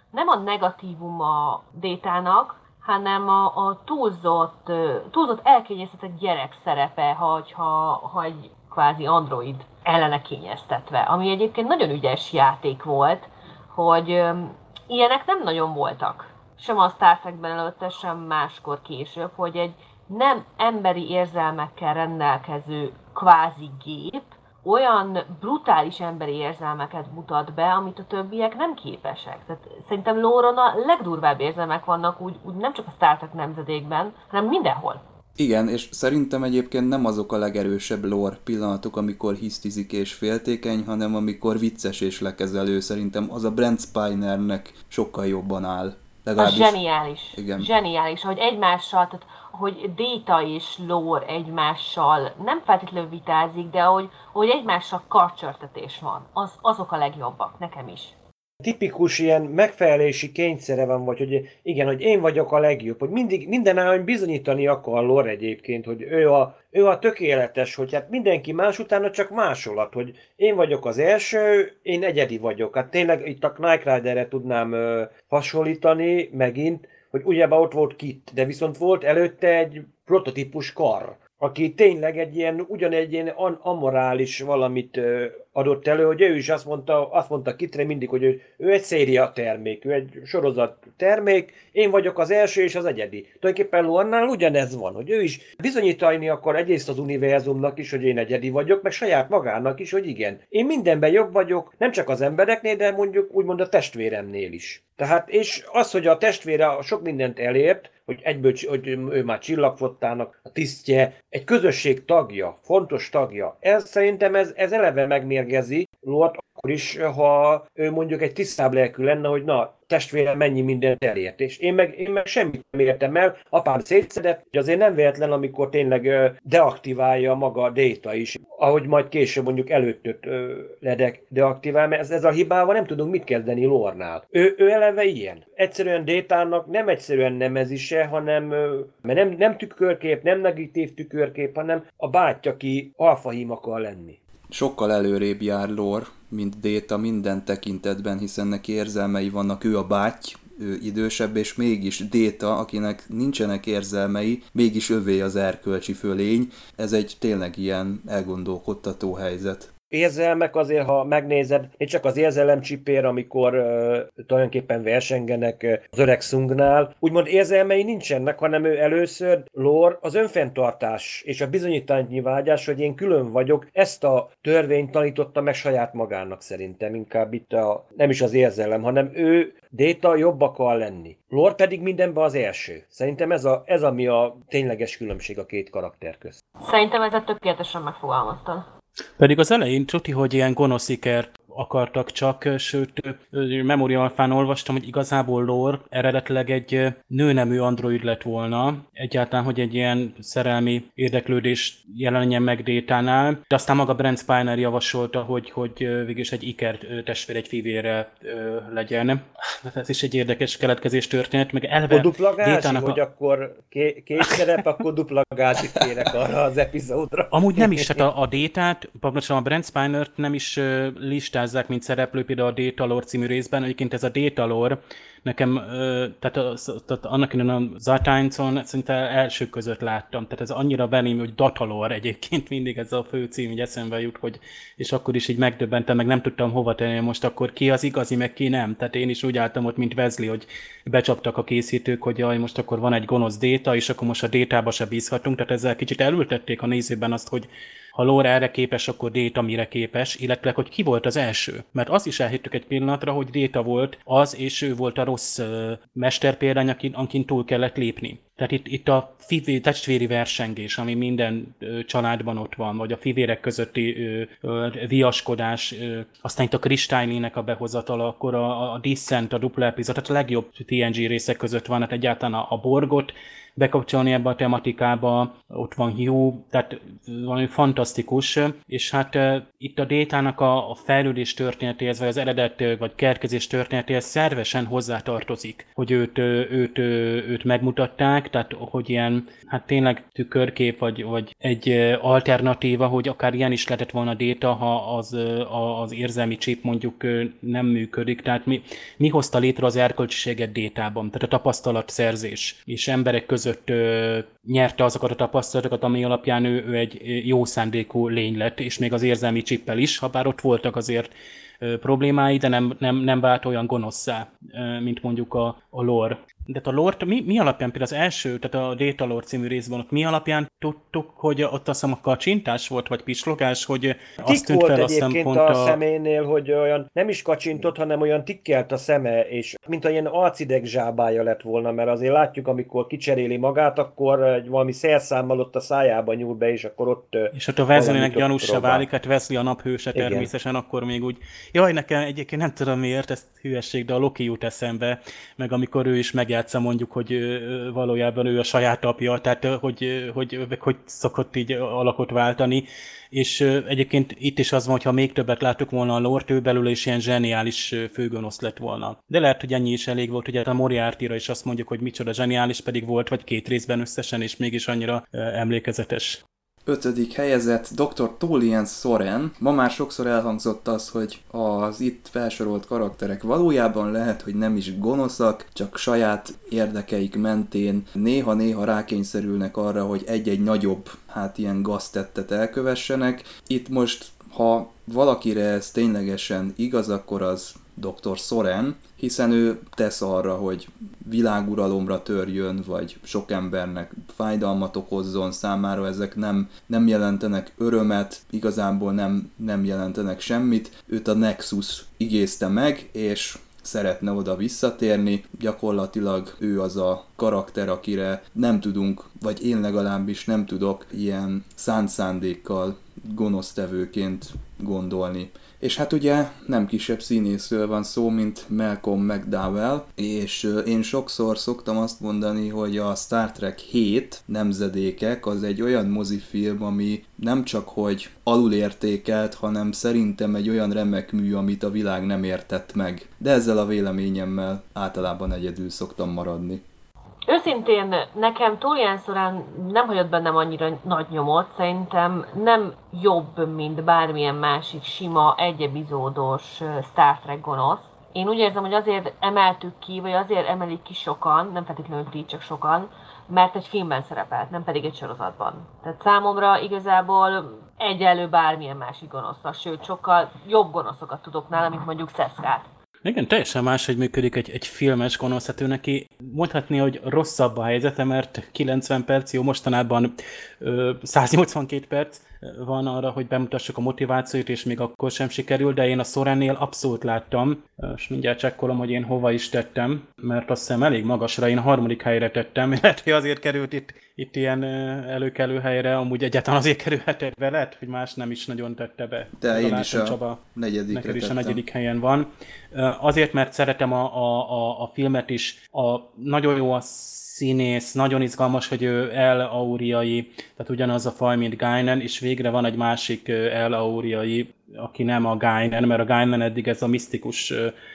nem a negatívum a Détának, hanem a, a túlzott, túlzott elkényeztetett gyerek szerepe, ha, ha, ha egy kvázi android ellene kényeztetve. Ami egyébként nagyon ügyes játék volt, hogy öm, ilyenek nem nagyon voltak. Sem a Star Trekben előtte, sem máskor később, hogy egy nem emberi érzelmekkel rendelkező kvázi gép olyan brutális emberi érzelmeket mutat be, amit a többiek nem képesek. Tehát szerintem lóron a legdurvább érzelmek vannak úgy, úgy nem csak a Star Trek nemzedékben, hanem mindenhol. Igen, és szerintem egyébként nem azok a legerősebb lore pillanatok, amikor hisztizik és féltékeny, hanem amikor vicces és lekezelő. Szerintem az a Brent Spinernek sokkal jobban áll. Legalábbis... Az zseniális. Igen. Zseniális, hogy egymással, tehát hogy Data és lore egymással nem feltétlenül vitázik, de hogy, hogy egymással karcsörtetés van. Az, azok a legjobbak, nekem is. Tipikus ilyen megfelelési kényszere van, vagy hogy igen, hogy én vagyok a legjobb, hogy mindig, mindenállóan bizonyítani akar lore egyébként, hogy ő a, ő a tökéletes, hogy hát mindenki más utána csak másolat, hogy én vagyok az első, én egyedi vagyok. Hát tényleg itt a Knight Riderre tudnám ö, hasonlítani megint, hogy ugyebár ott volt Kit, de viszont volt előtte egy prototípus kar, aki tényleg egy ilyen, ugyanegy ilyen amorális valamit ö, adott elő, hogy ő is azt mondta, azt mondta Kitre mindig, hogy ő, ő egy széria termék, ő egy sorozat termék, én vagyok az első és az egyedi. Tulajdonképpen Lornál ugyanez van, hogy ő is bizonyítani akar egyrészt az univerzumnak is, hogy én egyedi vagyok, meg saját magának is, hogy igen. Én mindenben jobb vagyok, nem csak az embereknél, de mondjuk úgymond a testvéremnél is. Tehát, és az, hogy a testvére sok mindent elért, hogy egyből, hogy ő már csillagflottának a tisztje, egy közösség tagja, fontos tagja. Ez szerintem ez, ez eleve megmérgezi Lort akkor is, ha ő mondjuk egy tisztább lelkű lenne, hogy na, testvérem mennyi mindent elért, és én meg, én meg semmit nem értem el, apám szétszedett, hogy azért nem véletlen, amikor tényleg deaktiválja maga a Data is, ahogy majd később mondjuk előttöt ledek deaktivál, mert ez, ez a hibával nem tudunk mit kezdeni Lornál. Ő, ő eleve ilyen. Egyszerűen Datának nem egyszerűen nemezise, hanem mert nem, nem tükörkép, nem negatív tükörkép, hanem a bátyja, aki alfahím akar lenni. Sokkal előrébb jár Lore, mint Data minden tekintetben, hiszen neki érzelmei vannak, ő a báty, ő idősebb, és mégis Data, akinek nincsenek érzelmei, mégis övé az erkölcsi fölény. Ez egy tényleg ilyen elgondolkodtató helyzet. Érzelmek azért, ha megnézed, én csak az érzelemcsipér, amikor uh, tulajdonképpen versengenek uh, az öreg Szungnál, úgymond érzelmei nincsenek, hanem ő először Lore az önfenntartás és a bizonyítványi vágyás, hogy én külön vagyok, ezt a törvényt tanította meg saját magának szerintem, inkább itt a, nem is az érzelem, hanem ő Data jobb akar lenni. Lore pedig mindenben az első. Szerintem ez, a, ez ami a tényleges különbség a két karakter közt. Szerintem ezzel tökéletesen megfogalmaztad. Pedig az elején tuti, hogy ilyen gonosz ikert akartak csak, sőt, Memory Alphán olvastam, hogy igazából Lore eredetileg egy nőnemű android lett volna, egyáltalán, hogy egy ilyen szerelmi érdeklődés jelenjen meg Datánál, de aztán maga Brent Spiner javasolta, hogy, hogy végülis egy iker testvér, egy fivére legyen. Ez is egy érdekes keletkezés történet, meg elve a dupla gázi, Datának, hogy a... akkor ké- két szerep, akkor dupla gázit kérek arra az epizódra. Amúgy nem is, tehát a, a Datát, pontosan a Brent Spinert nem is uh, listázzák, mint szereplő, például a Data Lore című részben. Egyébként ez a Data Lore nekem, uh, tehát, a, tehát annak innen a Zatáncon szinte első között láttam. Tehát ez annyira belém, hogy Data Lore egyébként mindig ez a fő cím, hogy eszembe jut, hogy, és akkor is így megdöbbentem, meg nem tudtam hova tenni most akkor ki az igazi, meg ki nem. Tehát én is úgy álltam ott, mint Wesley, hogy becsaptak a készítők, hogy jaj, most akkor van egy gonosz Data, és akkor most a Datába se bízhatunk. Tehát ezzel kicsit elültették a nézőben azt, hogy ha Lore erre képes, akkor Data mire képes, illetve hogy ki volt az első. Mert azt is elhittük egy pillanatra, hogy Data volt az, és ő volt a rossz uh, mesterpéldány, akin, akin túl kellett lépni. Tehát itt, itt a fivé, testvéri versengés, ami minden ö, családban ott van, vagy a fivérek közötti ö, ö, viaskodás, ö, aztán itt a Kristálynének a behozatala, akkor a, a Descent, a dupla epizód, tehát a legjobb té en gé részek között van, hát egyáltalán a, a Borgot bekapcsolni ebbe a tematikába, ott van Hugh, tehát valami fantasztikus, és hát e, itt a Datának a, a fejlődés történetéhez, vagy az eredet, vagy kerkezés történetéhez szervesen hozzátartozik, hogy őt, őt, őt, őt megmutatták, vannak, tehát hogy ilyen, hát tényleg tükörkép, vagy, vagy egy alternatíva, hogy akár ilyen is lehetett volna Data, ha az, az érzelmi chip mondjuk nem működik. Tehát mi, mi hozta létre az erkölcsiséget Datában? Tehát a tapasztalatszerzés, és emberek között nyerte azokat a tapasztalatokat, ami alapján ő, ő egy jó szándékú lény lett, és még az érzelmi chippel is, ha bár ott voltak azért problémái, de nem, nem, nem vált olyan gonoszszá, mint mondjuk a, a lore. De a lore mi, mi alapján, például az első, tehát a Data Lore című részben, ott mi alapján tudtuk, hogy ott azt hiszem a kacsintás volt, vagy pislogás, hogy azt tűnt fel, azt egyébként pont a, a szeménél, hogy olyan nem is kacsintott, hanem olyan tikkelt a szeme, és mint a ilyen alcideg zsábája lett volna, mert azért látjuk, amikor kicseréli magát, akkor egy valami szerszámmal ott a szájába nyúl be, és akkor ott... És ott a Wesleynek gyanúsra válik, hát Wesley a naphőse természetesen, akkor még úgy... Jaj, nekem egyébként nem tudom miért, ez hülyesség, de a Loki jut eszembe, meg amikor ő is megjátsza mondjuk, hogy valójában ő a saját apja, tehát hogy, hogy, hogy szokott így alakot váltani, és egyébként itt is az van, hogyha még többet láttuk volna a lore-t, ő belőle is ilyen zseniális főgonosz lett volna. De lehet, hogy ennyi is elég volt, ugye a Moriartyra is azt mondjuk, hogy micsoda zseniális pedig volt, vagy két részben összesen, és mégis annyira emlékezetes. Ötödik helyezett doktor Tolien Soren. Ma már sokszor elhangzott az, hogy az itt felsorolt karakterek valójában lehet, hogy nem is gonoszak, csak saját érdekeik mentén néha-néha rákényszerülnek arra, hogy egy-egy nagyobb, hát ilyen gaztettet elkövessenek. Itt most, ha valakire ez ténylegesen igaz, akkor az doktor Soren, hiszen ő tesz arra, hogy világuralomra törjön, vagy sok embernek fájdalmat okozzon, számára ezek nem, nem jelentenek örömet, igazából nem, nem jelentenek semmit. Őt a Nexus igézte meg, és szeretne oda visszatérni. Gyakorlatilag ő az a karakter, akire nem tudunk, vagy én legalábbis nem tudok ilyen szánt szándékkal gonosztevőként gondolni. És hát ugye nem kisebb színészről van szó, mint Malcolm McDowell, és én sokszor szoktam azt mondani, hogy a Star Trek hét nemzedékek az egy olyan mozifilm, ami nem csak hogy alulértékelt, hanem szerintem egy olyan remek mű, amit a világ nem értett meg. De ezzel a véleményemmel általában egyedül szoktam maradni. Őszintén nekem Tolien Soren nem hagyott bennem annyira nagy nyomot, szerintem nem jobb, mint bármilyen másik sima, egy epizódos Star Trek gonosz. Én úgy érzem, hogy azért emeltük ki, vagy azért emelik ki sokan, nem feltétlenül ti, csak sokan, mert egy filmben szerepelt, nem pedig egy sorozatban. Tehát számomra igazából egyenlő bármilyen másik gonoszra, sőt sokkal jobb gonoszokat tudok nála, mint mondjuk Szeszkát. Igen, teljesen máshogy működik egy, egy filmes gonosz, hát ő neki mondhatni, hogy rosszabb a helyzete, mert kilencven perc, jó, mostanában ö, száznyolcvankét perc van arra, hogy bemutassuk a motivációt, és még akkor sem sikerül, de én a Sorennél abszolút láttam, és mindjárt csekkolom, hogy én hova is tettem, mert azt hiszem elég magasra, én a harmadik helyre tettem, lehet, hogy azért került itt, itt ilyen előkelő helyre, amúgy egyáltalán azért kerülhetett be, lehet, hogy más nem is nagyon tette be. De én is a Csaba, negyedikre neked is tettem. a negyedik helyen van. Azért, mert szeretem a, a, a filmet is, a, nagyon jó a színész, nagyon izgalmas, hogy ő El Auriai, tehát ugyanaz a faj, mint Guinan, és végre van egy másik El Auriai, aki nem a Guinan, mert a Guinan eddig ez a misztikus,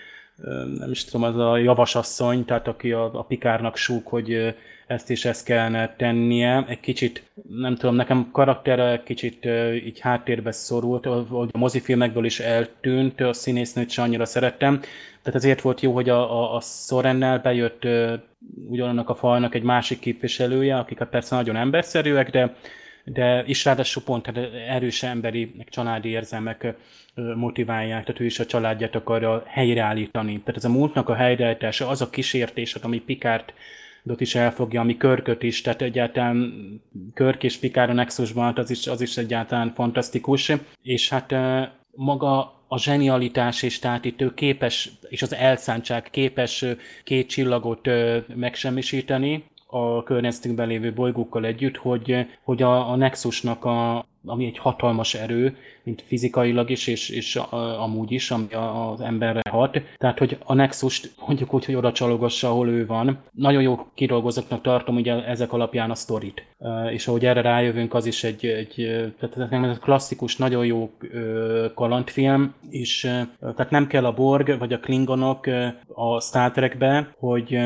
nem is tudom, az a javasasszony, tehát aki a, a Picardnak súg, hogy ezt és ezt kellene tennie. Egy kicsit, nem tudom, nekem karaktere kicsit így háttérbe szorult, hogy a mozifilmekből is eltűnt, a színésznőt sem annyira szerettem. Tehát ezért volt jó, hogy a, a, a Sorennel bejött ugyanannak a fajnak egy másik képviselője, akik persze nagyon emberszerűek, de, de is ráadásul pont erős emberi, családi érzelmek motiválják, tehát ő is a családját akarja helyreállítani. Tehát ez a múltnak a helyreállítása, az a kísértés, ami Picard is elfogja, ami Kirköt is, tehát egyáltalán Kirk és Picard a Nexusban, az is, az is egyáltalán fantasztikus, és hát maga a zsenialitás, és tehát itt ő képes, és az elszántság képes két csillagot megsemmisíteni a környezetünkben lévő bolygókkal együtt, hogy, hogy a, a Nexusnak, a, ami egy hatalmas erő, mint fizikailag is, és, és a, amúgy is, ami az emberre hat. Tehát, hogy a Nexust mondjuk úgy, hogy oda csalogassa, ahol ő van. Nagyon jó kidolgozottnak tartom ugye ezek alapján a sztorit. És ahogy erre rájövünk, az is egy, egy tehát ez klasszikus, nagyon jó kalandfilm, és tehát nem kell a Borg vagy a Klingonok a Star Trekbe, hogy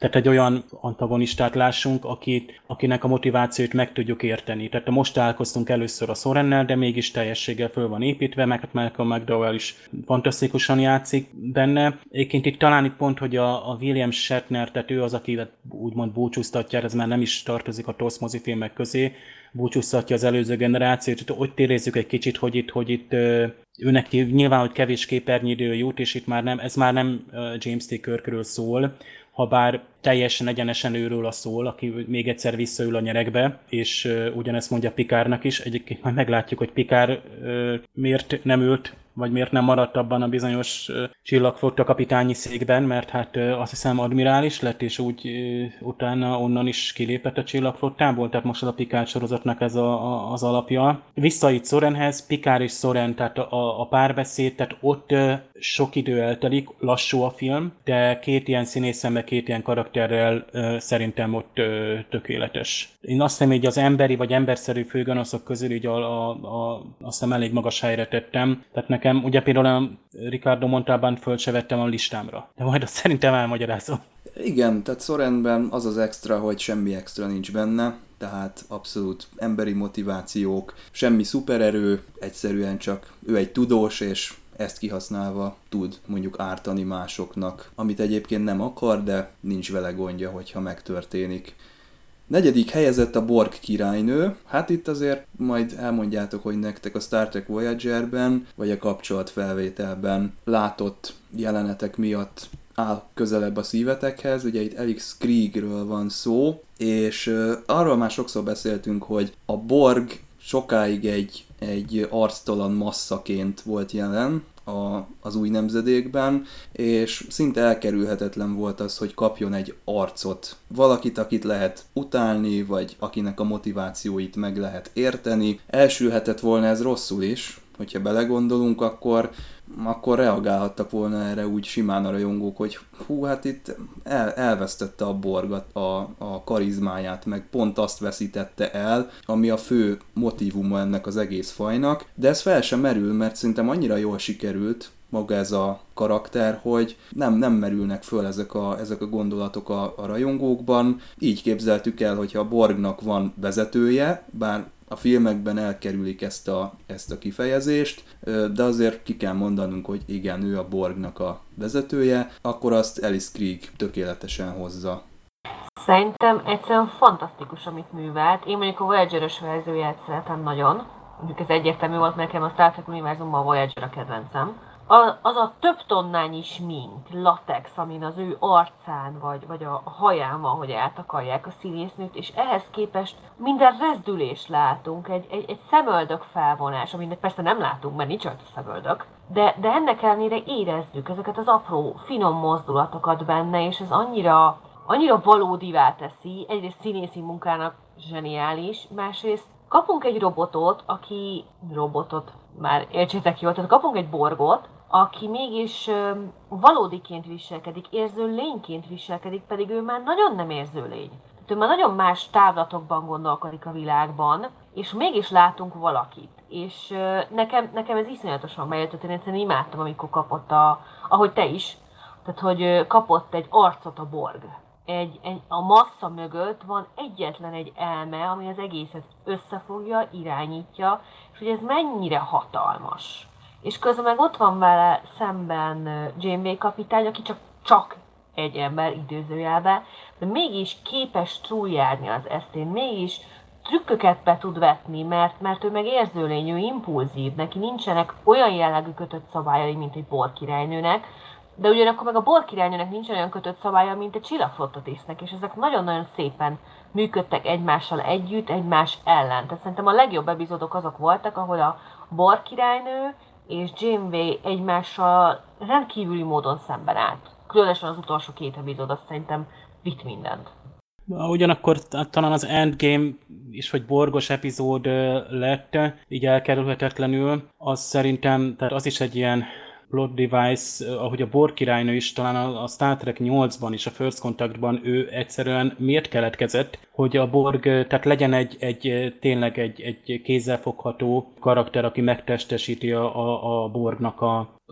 Tehát egy olyan antagonistát lássunk, akit, akinek a motivációt meg tudjuk érteni. Tehát most találkoztunk először a Sorennel, de mégis teljességgel föl van építve, meg Malcolm McDowell is fantasztikusan játszik benne. Egyébként itt talán itt pont, hogy a, a William Shatner, tehát ő az, aki úgymond búcsúztatja, ez már nem is tartozik a TOSZ mozifilmek közé, búcsúztatja az előző generációt, ott érezzük egy kicsit, hogy itt, hogy itt őnek nyilván, hogy kevés képernyőidő jut, és itt már nem, ez már nem James T. Kirkről szól, ha bár teljesen egyenesen őről a szól, aki még egyszer visszaül a nyerekbe, és uh, ugyanezt mondja Picardnak is. Egyébként majd meglátjuk, hogy Picard uh, miért nem ült, vagy miért nem maradt abban a bizonyos uh, csillagflotta kapitányi székben, mert hát uh, azt hiszem admirális lett, és úgy uh, utána onnan is kilépett a csillagflottából, tehát most az a Picard sorozatnak ez a, a, az alapja. Vissza itt Sorenhez, Picard és Soren, tehát a, a párbeszéd, tehát ott uh, sok idő eltelik, lassú a film, de két ilyen színészen, meg két ilyen karakterrel uh, szerintem ott uh, tökéletes. Én azt hiszem, hogy az emberi vagy emberszerű főgonoszok közül így a, a, a, azt hiszem elég magas helyre tettem. Tehát nekem, ugye például a Ricardo Montalbán föl se vettem a listámra, de majd azt szerintem elmagyarázom. Igen, tehát Sorenben az az extra, hogy semmi extra nincs benne, tehát abszolút emberi motivációk, semmi szupererő, egyszerűen csak ő egy tudós, és ezt kihasználva tud mondjuk ártani másoknak, amit egyébként nem akar, de nincs vele gondja, hogyha megtörténik. Negyedik helyezett a Borg királynő. Hát itt azért majd elmondjátok, hogy nektek a Star Trek Voyager-ben, vagy a kapcsolatfelvételben látott jelenetek miatt áll közelebb a szívetekhez. Ugye itt Alex Kriegről van szó, és uh, arról már sokszor beszéltünk, hogy a Borg sokáig egy, egy arctalan masszaként volt jelen a, az új nemzedékben, és szinte elkerülhetetlen volt az, hogy kapjon egy arcot. Valakit, akit lehet utálni, vagy akinek a motivációit meg lehet érteni. Elsülhetett volna ez rosszul is, hogyha belegondolunk, akkor, akkor reagálhattak volna erre úgy simán a rajongók, hogy hú, hát itt el, elvesztette a Borgat a, a karizmáját, meg pont azt veszítette el, ami a fő motívuma ennek az egész fajnak, de ez fel sem merül, mert szerintem annyira jól sikerült maga ez a karakter, hogy nem, nem merülnek föl ezek a, ezek a gondolatok a, a rajongókban. Így képzeltük el, hogyha a Borgnak van vezetője, bár a filmekben elkerülik ezt a, ezt a kifejezést, de azért ki kell mondanunk, hogy igen, ő a Borgnak a vezetője, akkor azt Alice Krieg tökéletesen hozza. Szerintem egyszerűen fantasztikus, amit művelt. Én mondjuk a Voyager-ös verzióját szeretem nagyon. Mondjuk ez egyértelmű volt, nekem a Star Trek univerzumban a Voyager a kedvencem. Az a több tonnányi smink, latex, amin az ő arcán vagy, vagy a haján van, hogy eltakarják a színésznőt, és ehhez képest minden rezdülést látunk, egy, egy, egy szemöldök felvonás, amit persze nem látunk, mert nincs rajta szemöldök, de, de ennek ellenére érezzük ezeket az apró, finom mozdulatokat benne, és ez annyira, annyira valódivá teszi, egyrészt színészi munkának zseniális, másrészt kapunk egy robotot, aki robotot, már értsétek jól, tehát kapunk egy Borgot, aki mégis ö, valódiként viselkedik, érző lényként viselkedik, pedig ő már nagyon nem érző lény. Tehát ő már nagyon más távlatokban gondolkodik a világban, és mégis látunk valakit. És ö, nekem, nekem ez iszonyatosan bejött, én egyszerűen imádtam, amikor kapott, a, ahogy te is, tehát hogy ö, kapott egy arcot a Borg. Egy, egy, a massza mögött van egyetlen egy elme, ami az egészet összefogja, irányítja, és hogy ez mennyire hatalmas. És közben meg ott van vele szemben Janeway kapitány, aki csak, csak egy ember időzőjelben, de mégis képes túljárni az esztén, mégis trükköket be tud vetni, mert, mert ő meg érzőlény, ő impulzív, neki nincsenek olyan jellegű kötött szabályai, mint egy Borg királynőnek, de ugyanakkor meg a Borg királynőnek nincs olyan kötött szabálya, mint egy csillagflottatésznek, és ezek nagyon-nagyon szépen működtek egymással együtt, egymás ellen. Tehát szerintem a legjobb epizódok azok voltak, ahol a Borg királynő és Janeway egymással rendkívüli módon szemben állt. Különösen az utolsó két epizód, azt szerintem vitt mindent. Ugyanakkor talán az Endgame is, vagy Borgos epizód lett, így elkerülhetetlenül, az szerintem, tehát az is egy ilyen plot device, ahogy a Borg királynő is, talán a Star Trek nyolcban is, a First Contactban ő egyszerűen miért keletkezett, hogy a Borg, tehát legyen egy, egy tényleg egy, egy kézzelfogható karakter, aki megtestesíti a, a, a Borgnak a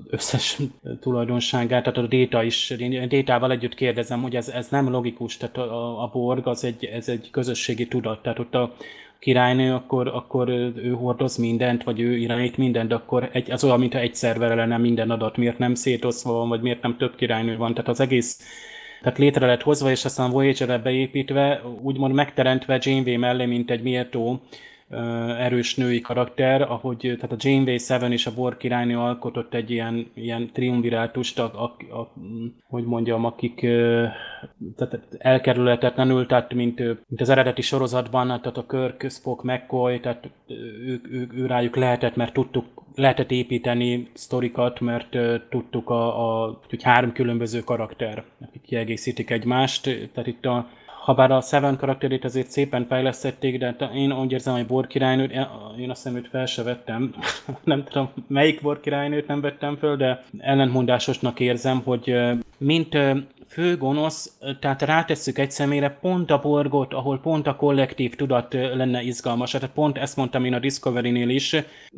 összes tulajdonságát, tehát a Déta is, én Détával együtt kérdezem, hogy ez, ez nem logikus, tehát a, a Borg az egy, ez egy közösségi tudat, tehát ott a királynő, akkor, akkor ő hordoz mindent, vagy ő irányít mindent, akkor egy, az olyan, mintha egy szerverre lenne minden adat, miért nem szétoszva van, vagy miért nem több királynő van, tehát az egész tehát létre lett hozva, és aztán Voyager-re beépítve, úgymond megteremtve Janeway mellé, mint egy méltó erős női karakter, ahogy tehát a Janeway Seven és a Borg királynő alkotott egy ilyen, ilyen triumvirátust, a, a, a, hogy mondjam, akik tehát elkerülhetetlenül, tehát mint, mint az eredeti sorozatban, tehát a Kirk, Spock, McCoy, tehát ő, ő, ő rájuk lehetett, mert tudtuk, lehetett építeni sztorikat, mert tudtuk, a, a, hogy három különböző karakter, akik kiegészítik egymást, tehát itt a habár a Seven karakterét azért szépen fejlesztették, de én úgy érzem, hogy Borg királynőt, én azt hiszem, hogy fel se vettem. Nem tudom, melyik Borg királynőt nem vettem föl, de ellentmondásosnak érzem, hogy mint fő gonosz, tehát rátesszük egy személyre pont a Borgot, ahol pont a kollektív tudat lenne izgalmas. Tehát pont ezt mondtam én a Discovery-nél is,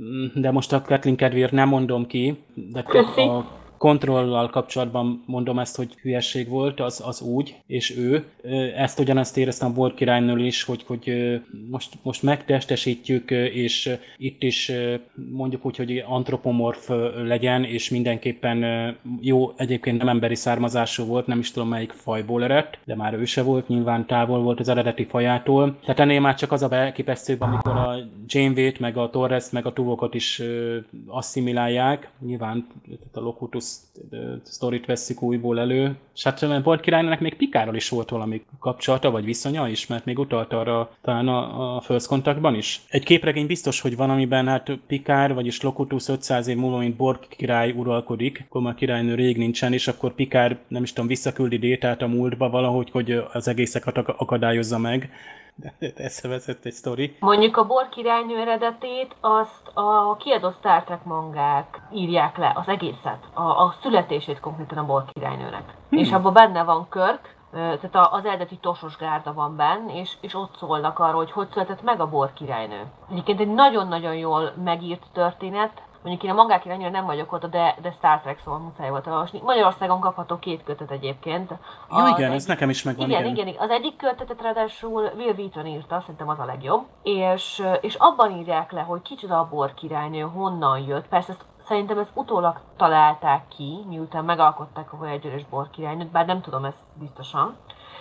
de most a Kathleen kedvéért nem mondom ki. De a kontrollal kapcsolatban mondom ezt, hogy hülyesség volt, az, az úgy, és ő. Ezt ugyanezt éreztem a Borg királynől is, hogy, hogy most, most megtestesítjük, és itt is mondjuk úgy, hogy antropomorf legyen, és mindenképpen jó, egyébként nem emberi származású volt, nem is tudom melyik fajból eredt, de már ő se volt, nyilván távol volt az eredeti fajától. Tehát ennél már csak az a elképesztőbb, amikor a Janeway-t, meg a Torres-t, meg a Tuvokot is asszimilálják, nyilván a Locutus sztorit vesszük újból elő. És hát Borg királynőnek még Picardral is volt valami kapcsolata, vagy viszonya is, mert még utalt arra talán a, a First Contactban is. Egy képregény biztos, hogy van, amiben hát Picard, vagyis Locutus ötszáz év múlva, mint Borg király uralkodik, akkor már királynő rég nincsen, és akkor Picard, nem is tudom, visszaküldi Détát a múltba valahogy, hogy az egészeket akadályozza meg. De ezt vezett egy sztori. Mondjuk a Borg királynő eredetét azt a kiadó Star Trek mangák írják le, az egészet, a, a születését konkrétan a Borg királynőnek. Hmm. És abban benne van Kirk, tehát az eredeti Tosos gárda van benne, és, és ott szólnak arról, hogy hogy született meg a Borg királynő. Egyébként egy nagyon-nagyon jól megírt történet. Mondjuk én a mangákért annyira nem vagyok ott, de, de Star Trek, szóval muszáj volt olvasni. Magyarországon kapható két kötet egyébként. Ja, igen, egy... ez nekem is megvan. Igen, igen, igen. Az egyik kötetet ráadásul Will Wheaton írta, szerintem az a legjobb. És, és abban írják le, hogy kicsoda a Borg királynő, honnan jött. Persze ezt, szerintem ezt utólag találták ki, miután megalkották a Voyager és Borg királynőt, bár nem tudom ezt biztosan.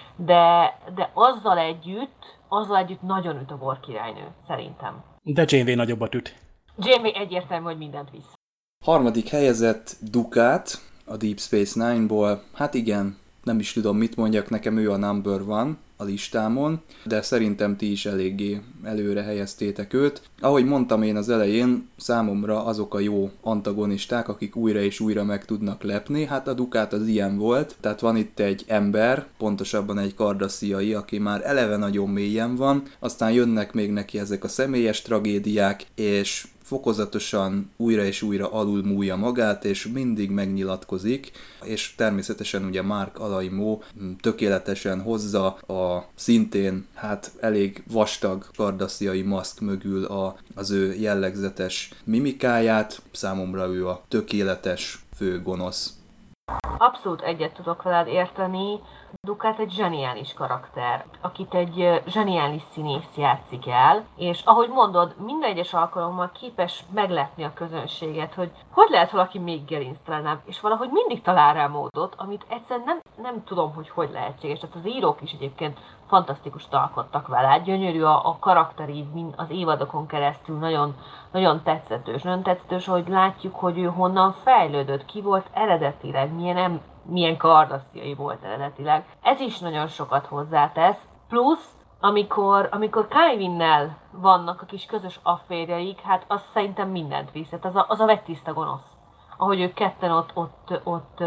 De, de azzal együtt, azzal együtt nagyon üt a Borg királynő, szerintem. De Janeway nagyobbat üt. Janeway egyértelmű, hogy mindent visz. Harmadik helyezett Dukat a Deep Space Nine-ból. Hát igen, nem is tudom mit mondjak, nekem ő a number one a listámon, de szerintem ti is eléggé előre helyeztétek őt. Ahogy mondtam én az elején, számomra azok a jó antagonisták, akik újra és újra meg tudnak lepni, hát a Dukat az ilyen volt, tehát van itt egy ember, pontosabban egy kardassziai, aki már eleve nagyon mélyen van, aztán jönnek még neki ezek a személyes tragédiák, és fokozatosan újra és újra alulmúlja magát, és mindig megnyilatkozik, és természetesen ugye Mark Alaimo tökéletesen hozza a szintén hát elég vastag kardassziai maszk mögül a, az ő jellegzetes mimikáját. Számomra ő a tökéletes főgonosz. Abszolút egyet tudok veled érteni. Dukat egy zseniális karakter, akit egy zseniális színész játszik el, és ahogy mondod, minden egyes alkalommal képes meglepni a közönséget, hogy hogy lehet valaki még gerinctelenebb, és valahogy mindig talál rá módot, amit egyszerűen nem, nem tudom, hogy hogy lehetséges. Tehát az írók is egyébként fantasztikus alkottak vele, gyönyörű a, a karakterív, az évadokon keresztül nagyon, nagyon tetszetős. Nagyon tetszetős, hogy látjuk, hogy ő honnan fejlődött, ki volt eredetileg, milyen em- milyen kardassziai volt eredetileg. Ez is nagyon sokat hozzátesz. Plusz, amikor, amikor Kaivinnel vannak a kis közös afférjaik, hát az szerintem mindent visz. Az a, az a vettiszta gonosz. Ahogy ők ketten ott, ott, ott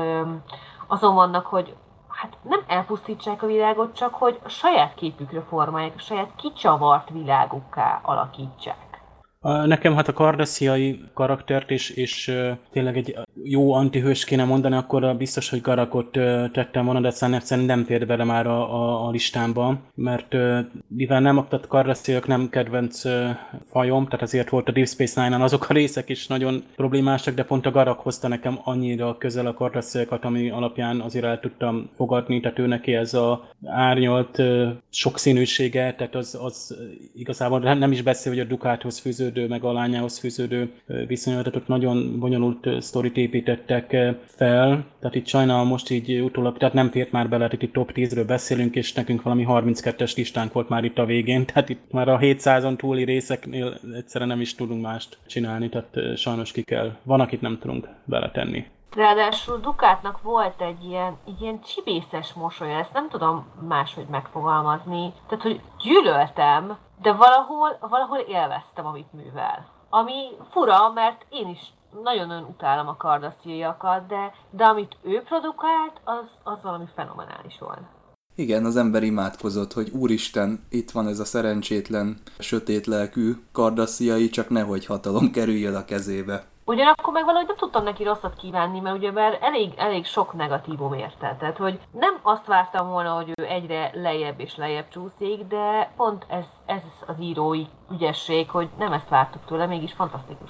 azon vannak, hogy hát nem elpusztítsák a világot, csak hogy a saját képükre formálják, a saját kicsavart világukká alakítsák. Nekem hát a kardasziai karaktert és, és uh, tényleg egy jó antihős kéne mondani, akkor biztos, hogy Garakot uh, tettem volna, de egyszerűen nem fér bele már a, a, a listámba, mert uh, mivel nem aktat kardasziaiak nem kedvenc uh, fajom, tehát azért volt a Deep Space Nine-nál azok a részek is nagyon problémásak, de pont a Garak hozta nekem annyira közel a kardasziaiakat, ami alapján azért el tudtam fogadni, tehát ő neki ez a árnyalt uh, sokszínűsége, tehát az, az igazából nem is beszél, hogy a Dukáthoz fűződő meg a lányához fűződő viszonyulatot, ott nagyon bonyolult sztorit építettek fel, tehát itt sajnálom most így utólag, tehát nem fért már bele, itt top tízről beszélünk, és nekünk valami harminckettes listánk volt már itt a végén, tehát itt már a hétszázon túli részeknél egyszerűen nem is tudunk mást csinálni, tehát sajnos ki kell, van, akit nem tudunk beletenni. Ráadásul Dukátnak volt egy ilyen, egy ilyen csibészes mosolya, ezt nem tudom máshogy megfogalmazni. Tehát, hogy gyűlöltem, de valahol, valahol élveztem, amit művel. Ami fura, mert én is nagyon-nagyon utálom a kardasziaiakat, de, de amit ő produkált, az, az valami fenomenális volt. Igen, az ember imádkozott, hogy úristen, itt van ez a szerencsétlen, sötét lelkű kardasziai, csak nehogy hatalom kerüljön a kezébe. Ugyanakkor meg valahogy nem tudtam neki rosszat kívánni, mert ugyebár elég, elég sok negatívum érte. Tehát, hogy nem azt vártam volna, hogy ő egyre lejjebb és lejjebb csúszik, de pont ez, ez az írói ügyesség, hogy nem ezt vártuk tőle, mégis fantasztikus.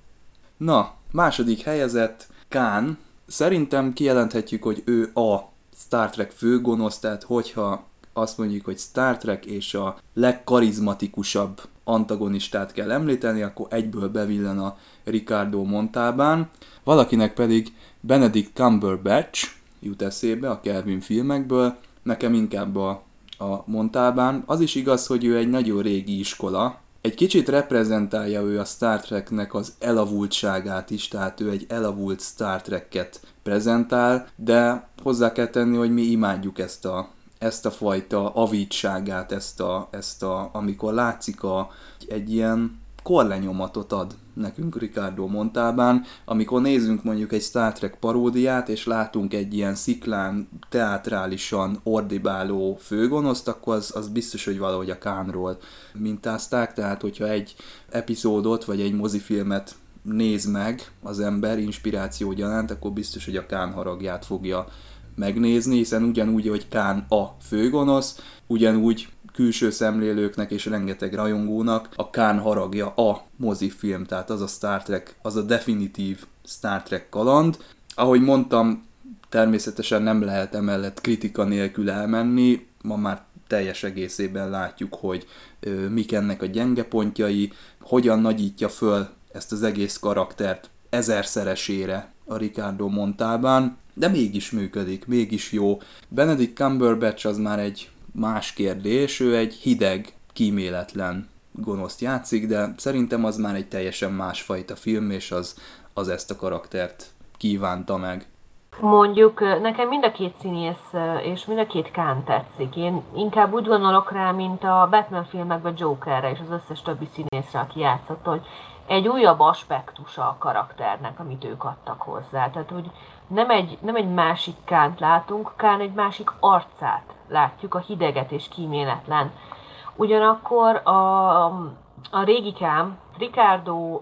Na, második helyezett Khan. Szerintem kijelenthetjük, hogy ő a Star Trek főgonosz, tehát hogyha azt mondjuk, hogy Star Trek és a legkarizmatikusabb antagonistát kell említeni, akkor egyből bevillen a Ricardo Montalbán. Valakinek pedig Benedict Cumberbatch jut eszébe a Kelvin filmekből, nekem inkább a, a Montalbán. Az is igaz, hogy ő egy nagyon régi iskola. Egy kicsit reprezentálja ő a Star Treknek az elavultságát is, tehát ő egy elavult Star Trek-et prezentál, de hozzá kell tenni, hogy mi imádjuk ezt a ezt a fajta avítságát, ezt a, ezt a, amikor látszik a, egy ilyen korlenyomatot ad nekünk Ricardo Montalbán, amikor nézzünk mondjuk egy Star Trek paródiát, és látunk egy ilyen sziklán, teátrálisan ordibáló főgonoszt, akkor az, az biztos, hogy valahogy a Khanról mintázták, tehát hogyha egy epizódot, vagy egy mozifilmet néz meg az ember inspiráció gyanánt, akkor biztos, hogy a Khan haragját fogja megnézni, hiszen ugyanúgy, hogy Khan a főgonosz, ugyanúgy külső szemlélőknek és rengeteg rajongónak a Khan haragja a mozifilm, tehát az a Star Trek, az a definitív Star Trek kaland. Ahogy mondtam, természetesen nem lehet emellett kritika nélkül elmenni, ma már teljes egészében látjuk, hogy ö, mik ennek a gyenge pontjai, hogyan nagyítja föl ezt az egész karaktert ezerszeresére a Ricardo Montalbán, de mégis működik, mégis jó. Benedict Cumberbatch az már egy más kérdés, ő egy hideg, kíméletlen gonoszt játszik, de szerintem az már egy teljesen másfajta film, és az, az ezt a karaktert kívánta meg. Mondjuk nekem mind a két színész és mind a két Khan tetszik. Én inkább úgy gondolok rá, mint a Batman filmekben Jokerre és az összes többi színészre, aki játszott, hogy egy újabb aspektusa a karakternek, amit ők adtak hozzá. Tehát, hogy nem egy, nem egy másik Khant látunk, Khan egy másik arcát látjuk, a hideget és kíméletlen. Ugyanakkor a, a régi Khan, Ricardo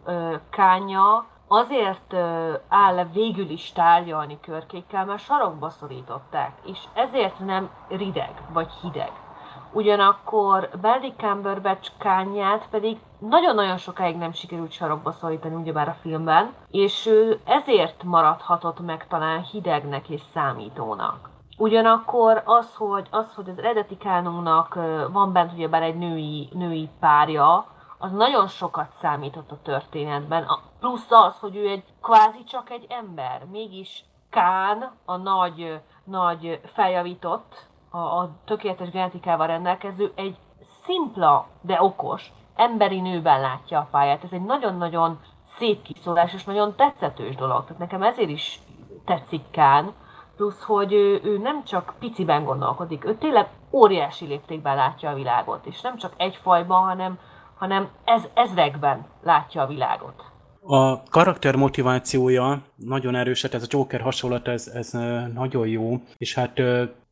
Khanja azért áll le végül is tárgyalni Körkékkel, mert sarokba szorították, és ezért nem rideg vagy hideg. Ugyanakkor Benedict Cumberbatch Khanját pedig nagyon-nagyon sokáig nem sikerült sarokba szorítani, ugyebár a filmben, és ő ezért maradhatott meg talán hidegnek és számítónak. Ugyanakkor az, hogy az, hogy az eredeti Khanunknak van bent ugyebár egy női, női párja, az nagyon sokat számított a történetben. Plusz az, hogy ő egy kvázi csak egy ember. Mégis Khan, a nagy, nagy feljavított, a, a tökéletes genetikával rendelkező, egy szimpla, de okos, emberi nőben látja a pályát. Ez egy nagyon-nagyon szép kiszólás, és nagyon tetszetős dolog. Tehát nekem ezért is tetszik Khan. Plusz, hogy ő, ő nem csak piciben gondolkodik, ő tényleg óriási léptékben látja a világot. És nem csak egy fajban, hanem hanem ez, ezrekben látja a világot. A karakter motivációja nagyon erős, ez a Joker hasonlat, ez, ez nagyon jó, és hát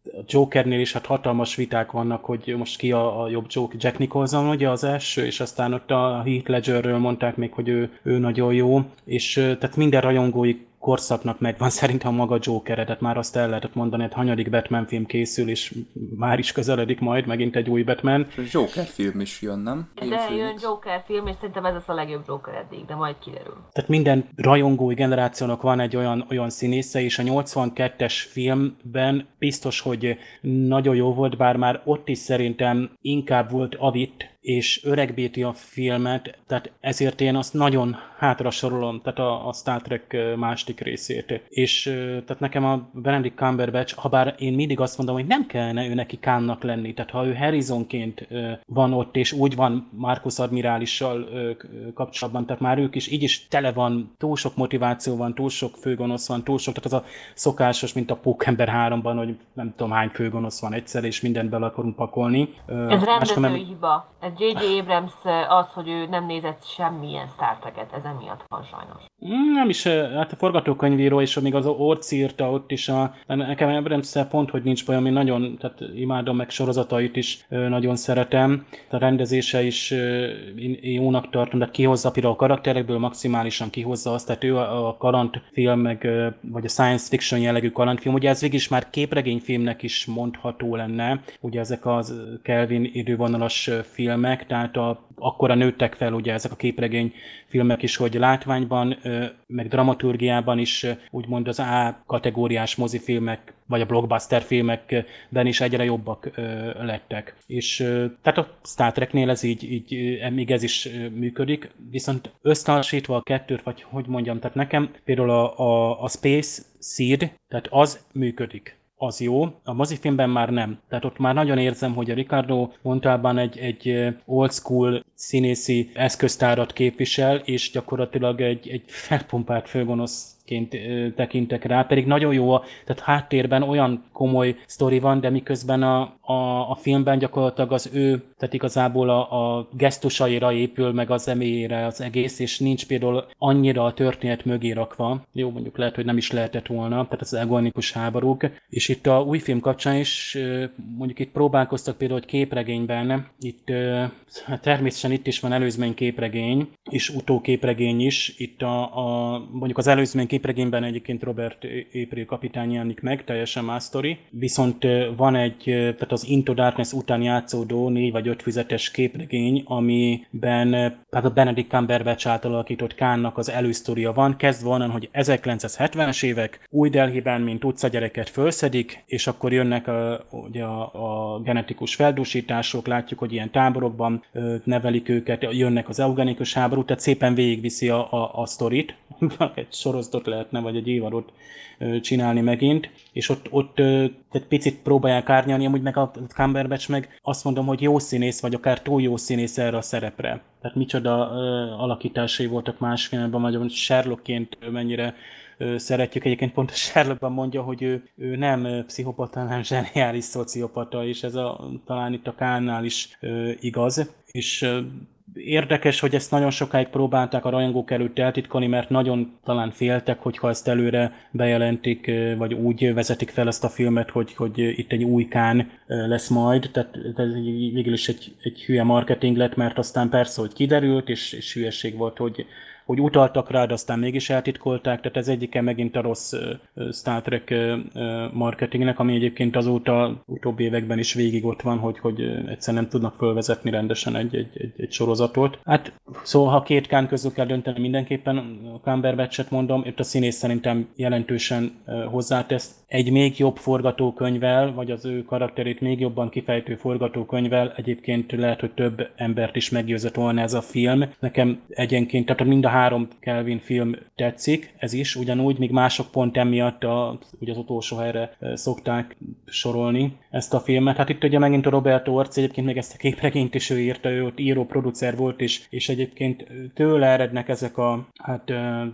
Jokernél is hát hatalmas viták vannak, hogy most ki a, a jobb Joker. Jack Nicholson ugye az első, és aztán ott a Heath Ledgerről mondták még, hogy ő, ő nagyon jó, és tehát minden rajongói korszaknak megvan szerintem maga Joker-e, tehát már azt el lehetett mondani, hogy hanyadik Batman film készül, és már is közeledik majd megint egy új Batman. Joker film is jön, nem? De jön Joker film, és szerintem ez lesz a legjobb Joker eddig, de majd kiderül. Tehát minden rajongói generációnak van egy olyan, olyan színésze, és a nyolcvankettes filmben biztos, hogy nagyon jó volt, bár már ott is szerintem inkább volt avitt, és öregbíti a filmet, tehát ezért én azt nagyon hátra sorolom, tehát a, a Star Trek második részét. És tehát nekem a Benedict Cumberbatch, ha bár én mindig azt mondom, hogy nem kellene ő neki Khannak lenni, tehát ha ő Harrisonként van ott, és úgy van Marcus Admirálissal kapcsolatban, tehát már ők is így is tele van, túl sok motiváció van, túl sok főgonosz van, túl sok, tehát az a szokásos, mint a Pókember háromban, hogy nem tudom hány főgonosz van egyszer, és mindent bele akarunk pakolni. Ez rendezői hiba. Ez jé jé Abrams az, hogy ő nem nézett semmilyen Star Trek-et, ez emiatt van sajnos. Nem is, hát a forgatókönyvíró és még az Orc írta ott is, a, nekem Abrams-szel pont, hogy nincs bajom, én nagyon, tehát imádom meg sorozatait is, nagyon szeretem. A rendezése is én jónak tartom, de kihozza például a karakterekből maximálisan kihozza azt, tehát ő a kalandfilm, meg, vagy a science fiction jellegű kalandfilm, ugye ez végig is már képregényfilmnek is mondható lenne, ugye ezek az Kelvin idővonalas filmek, tehát a, akkora nőttek fel ugye ezek a képregény filmek is, hogy látványban, meg dramaturgiában is úgymond az A kategóriás mozifilmek, vagy a blockbuster filmekben is egyre jobbak lettek. És tehát a Star Treknél ez így, így még ez is működik, viszont összehasonlítva a kettőt, vagy hogy mondjam, tehát nekem például a, a, a Space Seed, tehát az működik. Az jó, a mozifilmben már nem. Tehát ott már nagyon érzem, hogy a Ricardo Montalban egy, egy old school színészi eszköztárat képvisel, és gyakorlatilag egy, egy felpumpált főgonosz tekintek rá, pedig nagyon jó, a, tehát háttérben olyan komoly sztori van, de miközben a, a, a filmben gyakorlatilag az ő, tehát igazából a, a gesztusaira épül, meg a zeméjére az egész, és nincs például annyira a történet mögé rakva. Jó, mondjuk lehet, hogy nem is lehetett volna, tehát az egonikus háborúk. És itt a új film kapcsán is, mondjuk itt próbálkoztak például, hogy képregényben, itt természetesen itt is van előzmény képregény, és utóképregény is. Itt a, a mondjuk az előzmény képregényben egyébként Robert April kapitány jelenik meg, teljesen más sztori. Viszont van egy, tehát az Into Darkness után játszódó négy vagy öt füzetes képregény, amiben tehát a Benedict Cumberbatch által alakított Khannak az elősztoria van. Kezdve onnan, hogy ezerkilencszázhetvenes évek, új Delhiben, mint utcagyereket felszedik, és akkor jönnek a, ugye a, a genetikus feldúsítások, látjuk, hogy ilyen táborokban nevelik őket, jönnek az eugenikus háború, tehát szépen végigviszi a, a, a sztorit. Egy sorozatot lehetne, vagy egy évadot csinálni megint, és ott, ott egy picit próbálják árnyalni, amúgy meg a Cumberbatch meg azt mondom, hogy jó színész, vagy akár túl jó színész erre a szerepre. Tehát micsoda alakításai voltak más filmben, vagy Sherlockként mennyire szeretjük. Egyébként pont a Sherlockban mondja, hogy ő, ő nem pszichopata, hanem zseniális szociopata, és ez a, talán itt a Khannál is igaz. És érdekes, hogy ezt nagyon sokáig próbálták a rajongók előtt eltitkolni, mert nagyon talán féltek, hogyha ezt előre bejelentik, vagy úgy vezetik fel ezt a filmet, hogy, hogy itt egy új Khan lesz majd. Tehát ez végül is egy, egy hülye marketing lett, mert aztán persze, hogy kiderült, és, és hülyeség volt, hogy hogy utaltak rá, de aztán mégis eltitkolták, tehát ez egyike megint a rossz uh, Star Trek uh, marketingnek, ami egyébként azóta utóbbi években is végig ott van, hogy, hogy egyszerűen nem tudnak fölvezetni rendesen egy, egy, egy, egy sorozatot. Hát szóval, ha két Khan közül kell dönteni, mindenképpen a Cumberbatchet mondom, itt a színész szerintem jelentősen uh, hozzátesz. Egy még jobb forgatókönyvvel, vagy az ő karakterét még jobban kifejtő forgatókönyvvel egyébként lehet, hogy több embert is meggyőzött volna ez a film. Nekem egyenként, tehát mind a három Kelvin film tetszik, ez is ugyanúgy, míg mások pont emiatt a, ugye az utolsó helyre szokták sorolni ezt a filmet. Hát itt ugye megint a Roberto Orci, egyébként még ezt a képregényt is ő írta, ő ott író, producer volt, és, és egyébként tőle erednek ezek a hát,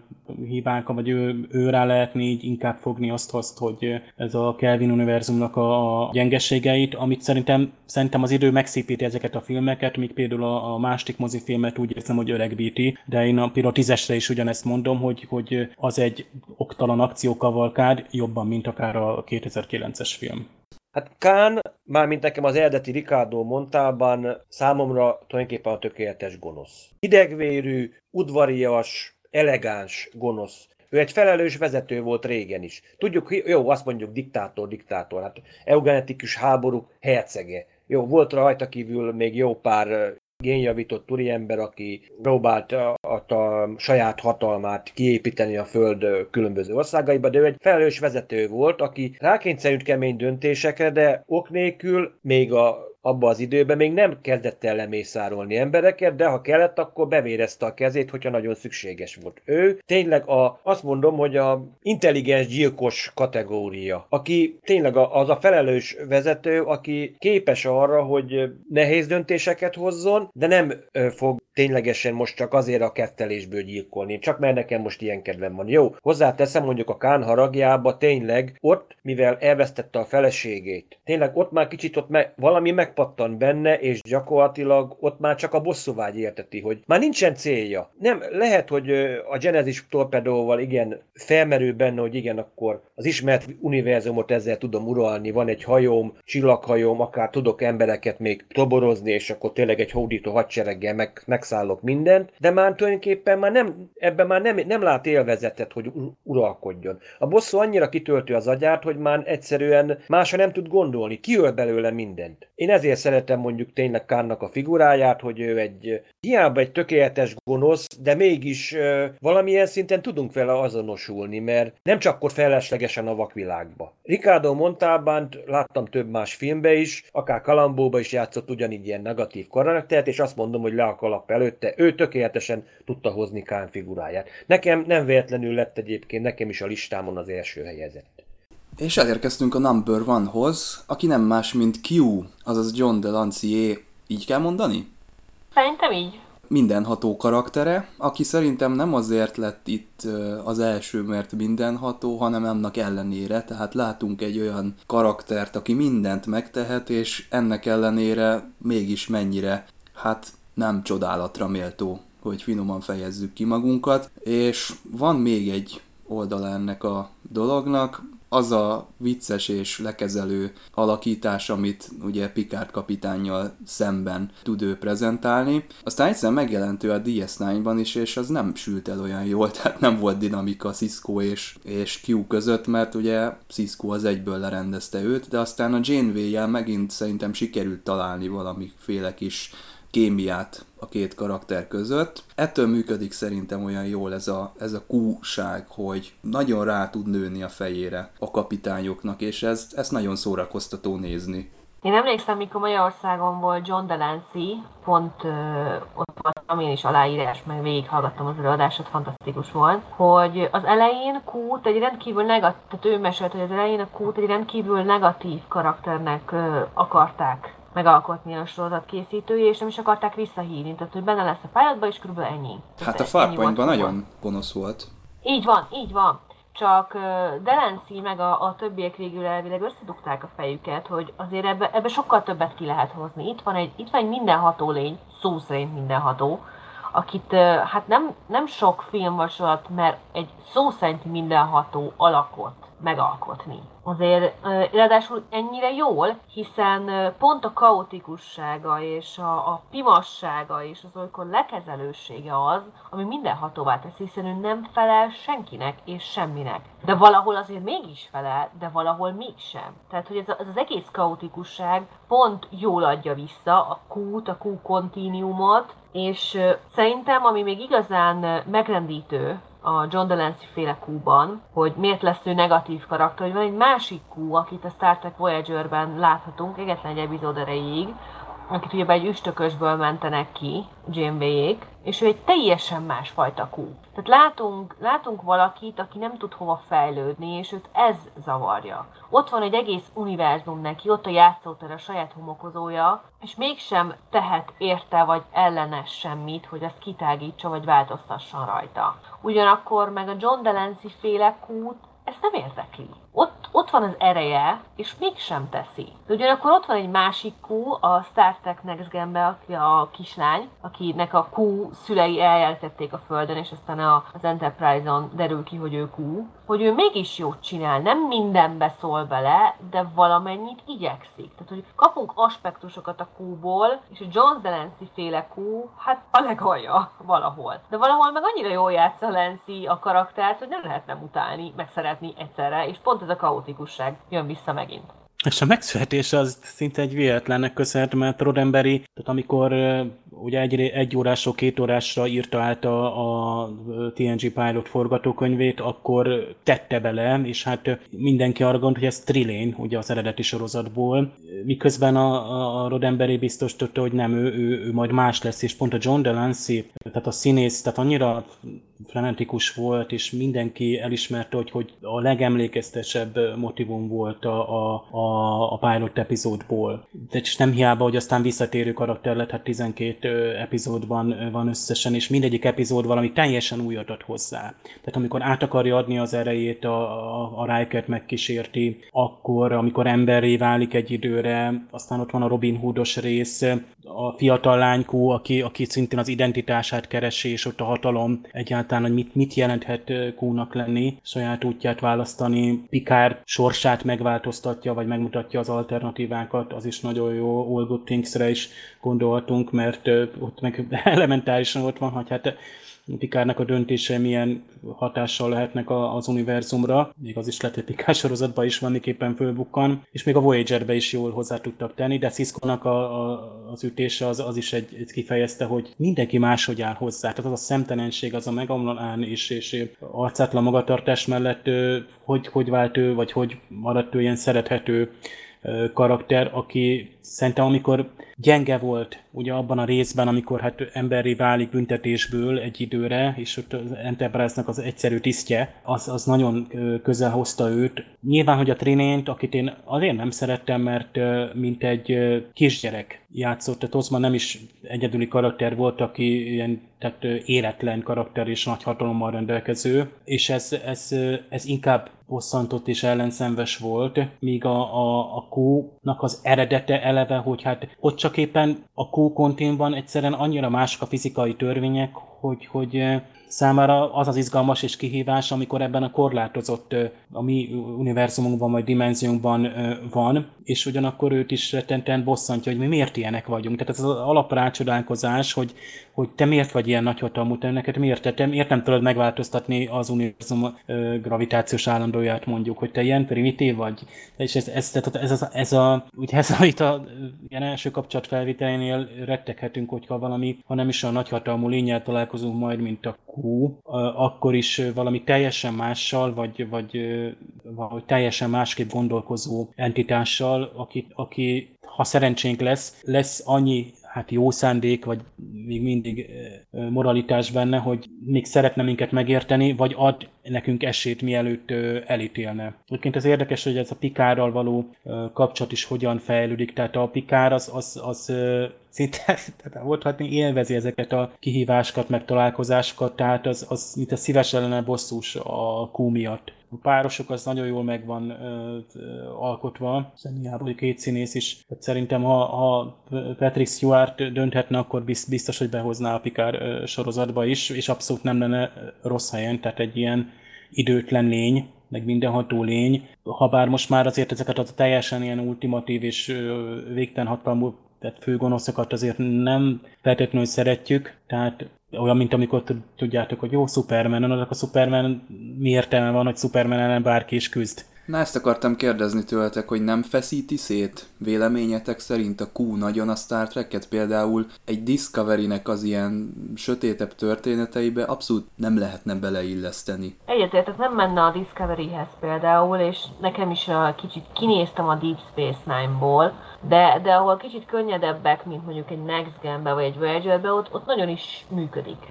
hibák, vagy ő, ő rá lehetne így inkább fogni azt, azt, hogy ez a Kelvin univerzumnak a gyengeségeit, amit szerintem, szerintem az idő megszépíti ezeket a filmeket, míg például a, a másik mozifilmet úgy érzem, hogy öregbíti, de én a, például a tízesre is ugyanezt mondom, hogy, hogy az egy oktalan akciókavalkád jobban, mint akár a kétezer-kilences film. Hát Khan, mármint nekem az eredeti Ricardo Montalban számomra tulajdonképpen a tökéletes gonosz. Hidegvérű, udvarias, elegáns gonosz. Ő egy felelős vezető volt régen is. Tudjuk, jó, azt mondjuk diktátor, diktátor, hát eugenetikus háborúk hercege. Jó, volt rajta kívül még jó pár génjavított úriember, aki próbált a, a, a saját hatalmát kiépíteni a föld különböző országaiba, de ő egy felelős vezető volt, aki rákényszerült kemény döntésekre, de ok nélkül még a abban az időben még nem kezdett el lemészárolni embereket, de ha kellett, akkor bevérezte a kezét, hogyha nagyon szükséges volt. Ő tényleg a, azt mondom, hogy a intelligens gyilkos kategória, aki tényleg az a felelős vezető, aki képes arra, hogy nehéz döntéseket hozzon, de nem fog ténylegesen most csak azért a kettelésből gyilkolni, csak mert nekem most ilyen kedvem van. Jó, hozzáteszem, mondjuk a Khan haragjába tényleg ott, mivel elvesztette a feleségét, tényleg ott már kicsit ott me- valami megpattan benne, és gyakorlatilag ott már csak a bosszúvágy érteti, hogy már nincsen célja. Nem, lehet, hogy a Genesis torpedóval igen, felmerül benne, hogy igen, akkor az ismert univerzumot ezzel tudom uralni, van egy hajóm, csillaghajóm, akár tudok embereket még toborozni, és akkor tényleg egy hódító hadsereggel meg, megszállok mindent, de már tulajdonképpen már nem, ebben már nem, nem lát élvezetet, hogy uralkodjon. A bosszú annyira kitöltő az agyát, hogy már egyszerűen másra nem tud gondolni, kiöl belőle mindent. Én ezért szeretem mondjuk tényleg Khannak a figuráját, hogy ő egy hiába egy tökéletes gonosz, de mégis uh, valamilyen szinten tudunk vele azonosulni, mert nem csak akkor feleslegesen a vakvilágba. Ricardo Montalbánt láttam több más filmbe is, akár Columboba is játszott ugyanígy ilyen negatív karaktert, és azt mondom, hogy le a kalap előtte, ő tökéletesen tudta hozni Khan figuráját. Nekem nem véletlenül lett egyébként, nekem is a listámon az első helyezett. És elérkeztünk a number one-hoz, aki nem más, mint Q, azaz John de Lancier, így kell mondani? Szerintem így. Mindenható karaktere, aki szerintem nem azért lett itt az első, mert mindenható, hanem annak ellenére, tehát látunk egy olyan karaktert, aki mindent megtehet, és ennek ellenére mégis mennyire, hát nem csodálatra méltó, hogy finoman fejezzük ki magunkat, és van még egy oldala ennek a dolognak, az a vicces és lekezelő alakítás, amit ugye Picard kapitánnyal szemben tud ő prezentálni. Aztán egyszer megjelent ő a D S kilencben is, és az nem sült el olyan jól, tehát nem volt dinamika Sisko és, és Q között, mert ugye Sisko az egyből lerendezte őt, de aztán a Janeway-jel megint szerintem sikerült találni valamiféle kis kémiát a két karakter között. Ettől működik szerintem olyan jól ez a, ez a Q-ság, hogy nagyon rá tud nőni a fejére a kapitányoknak, és ezt, ezt nagyon szórakoztató nézni. Én emlékszem, mikor Magyarországon volt John de Lancey, pont ö, ott voltam én is aláírás, meg végighallgattam az előadásot, fantasztikus volt, hogy az elején Q-t egy rendkívül negatív, tehát ő mesélt, hogy az elején a Q-t egy rendkívül negatív karakternek ö, akarták megalkotni a sorozat készítői, és nem is akarták visszahívni, tehát hogy benne lesz a pilotban, és körülbelül ennyi. Hát a Farpointban nagyon gonosz volt. Így van, így van. Csak uh, Delancey meg a, a többiek végül elvileg összedugták a fejüket, hogy azért ebbe, ebbe sokkal többet ki lehet hozni. Itt van egy, itt van egy mindenható lény, szó szerint mindenható, akit uh, hát nem, nem sok film vagy sorozat, mert egy szó szerint mindenható alakot megalkotni. Azért ráadásul ennyire jól, hiszen pont a kaotikussága és a, a pimassága és az olykor lekezelősége az, ami mindenhatóvá teszi, hiszen ő nem felel senkinek és semminek. De valahol azért mégis felel, de valahol mégsem. Tehát, hogy ez, a, ez az egész kaotikusság pont jól adja vissza a Q-t, a Q-kontinuumot, és szerintem, ami még igazán megrendítő a John de Lancey féle Q-ban, hogy miért lesz ő negatív karakter, hogy van egy másik Q, akit a Star Trek Voyager-ben láthatunk egyetlen egy epizód erejéig, akit ugye egy üstökösből mentenek ki, Janeway-ék, és ő egy teljesen másfajta Q. Tehát látunk, látunk valakit, aki nem tud hova fejlődni, és őt ez zavarja. Ott van egy egész univerzum neki, ott a játszótér, a saját homokozója, és mégsem tehet érte vagy ellenes semmit, hogy azt kitágítsa vagy változtasson rajta. Ugyanakkor meg a John de Lancey féle Q-t ezt nem érdekli. Ott, ott van az ereje, és mégsem teszi. De ugyanakkor ott van egy másik Q a Star Trek Next Gen-ben, aki a kislány, akinek a Q szülei eljeltették a Földön, és aztán az Enterprise-on derül ki, hogy ő Q, hogy ő mégis jót csinál, nem mindenbe szól bele, de valamennyit igyekszik. Tehát, hogy kapunk aspektusokat a Q-ból, és a John Delancey féle Q, hát a legalja valahol. De valahol meg annyira jól játsza Delancey a karaktert, hogy nem lehet nem utálni, meg szeretni egyszerre, és pont ez a kaotikusság jön vissza megint. És a megszületés az szinte egy véletlennek köszönhető, mert Roddenberry, tehát amikor uh, ugye egy, egy órásról két órásra írta át a, a té en gé Pilot forgatókönyvét, akkor tette bele, és hát mindenki arra gondolt, hogy ez Trilane, ugye az eredeti sorozatból, miközben a, a Roddenberry biztos tudta, hogy nem, ő, ő, ő majd más lesz, és pont a John Delancey, tehát a színész, tehát annyira frenetikus volt, és mindenki elismerte, hogy, hogy a legemlékeztesebb motivum volt a, a, a, a pilot epizódból. De nem hiába, hogy aztán visszatérő karakter lett, hát tizenkét epizódban van összesen, és mindegyik epizód valami teljesen újat ad hozzá. Tehát amikor át akarja adni az erejét, a, a, a Rikert megkísérti, akkor, amikor emberré válik egy időre, aztán ott van a Robin Hoodos rész, a fiatal lánykó, aki, aki szintén az identitását keresi, és ott a hatalom egyáltalán, hogy mit, mit jelenthet Q-nak lenni, saját útját választani, Picard sorsát megváltoztatja, vagy megmutatja az alternatívákat, az is nagyon jó. All Good Things-re is gondolhatunk, mert ott meg elementárisan ott van, hogy hát Picardnak a döntése milyen hatással lehetnek az univerzumra, még az is lehet, hogy Picard sorozatban is valamiképpen fölbukkan, és még a Voyager-be is jól hozzá tudtak tenni, de Sisko-nak a, a, az ütése az, az is egy, egy kifejezte, hogy mindenki máshogy áll hozzá, tehát az a szemtelenség, az a megamlanán és, és arcátlan magatartás mellett hogy, hogy vált ő, vagy hogy maradt ő ilyen szerethető karakter, aki szerintem amikor gyenge volt, ugye abban a részben, amikor hát emberré válik büntetésből egy időre, és ott az Enterprise-nak az egyszerű tisztje, az, az nagyon közel hozta őt. Nyilván, hogy a Trinent, akit én azért nem szerettem, mert mint egy kisgyerek játszott, tehát Osman nem is egyedüli karakter volt, aki ilyen tehát éretlen karakter és nagy hatalommal rendelkező, és ez, ez, ez inkább bosszantott és ellenszenves volt, míg a, a, a Q-nak az eredete eleve, hogy hát ott csak éppen a Q-konténban egyszerűen annyira mások a fizikai törvények, hogy, hogy számára az az izgalmas és kihívás, amikor ebben a korlátozott, a mi univerzumunkban vagy dimenziónkban van, és ugyanakkor őt is rettentően bosszantja, hogy mi miért ilyenek vagyunk. Tehát ez az alaprácsodálkozás, hogy, hogy te miért vagy ilyen nagyhatalmú, te neked miért, te miért nem tudod megváltoztatni az univerzum gravitációs állandóját, mondjuk, hogy te ilyen primitív vagy. És ez, ez, ez, ez, ez, ez a, ugye ez a, itt a ilyen első kapcsolatfelvételénél retteghetünk, hogyha valami, ha nem is a nagyhatalmú lényel találkozunk majd, mint a Q, akkor is valami teljesen mással, vagy, vagy, vagy teljesen másképp gondolkozó entitással, aki, aki ha szerencsénk lesz, lesz annyi hát jó szándék, vagy még mindig moralitás benne, hogy még szeretne minket megérteni, vagy ad nekünk esélyt, mielőtt elítélne. Egyébként ez érdekes, hogy ez a Picardral való kapcsolat is hogyan fejlődik, tehát a Picard az, az, az szinte tehát volthatni élvezi ezeket a kihívásokat, meg találkozásokat, tehát az, az mint a szívesen lenne bosszús a Q miatt. A párosok az nagyon jól meg van ö, ö, alkotva, hiába két színész is. Tehát szerintem, ha, ha Patrick Stewart dönthetne, akkor biztos, hogy behozná a Picard ö, sorozatba is, és abszolút nem lenne rossz helyen, tehát egy ilyen időtlen lény, meg mindenható lény. Habár most már azért ezeket a teljesen ilyen ultimatív és ö, végtelen hatalmú, tehát főgonoszokat azért nem feltétlenül szeretjük, tehát olyan, mint amikor tudjátok, hogy jó, Superman, annak a Superman mi értelme van, hogy Superman ellen bárki is küzd. Na, ezt akartam kérdezni tőletek, hogy nem feszíti szét véleményetek szerint a Q nagyon a Star Trek-et? Például egy Discovery-nek az ilyen sötétebb történeteibe abszolút nem lehetne beleilleszteni. Egyetértek, nem menne a Discoveryhez például, és nekem is a kicsit kinéztem a Deep Space Nine-ból, de, de ahol kicsit könnyedebbek, mint mondjuk egy Next Gen-be vagy egy Voyager-be, ott, ott nagyon is működik.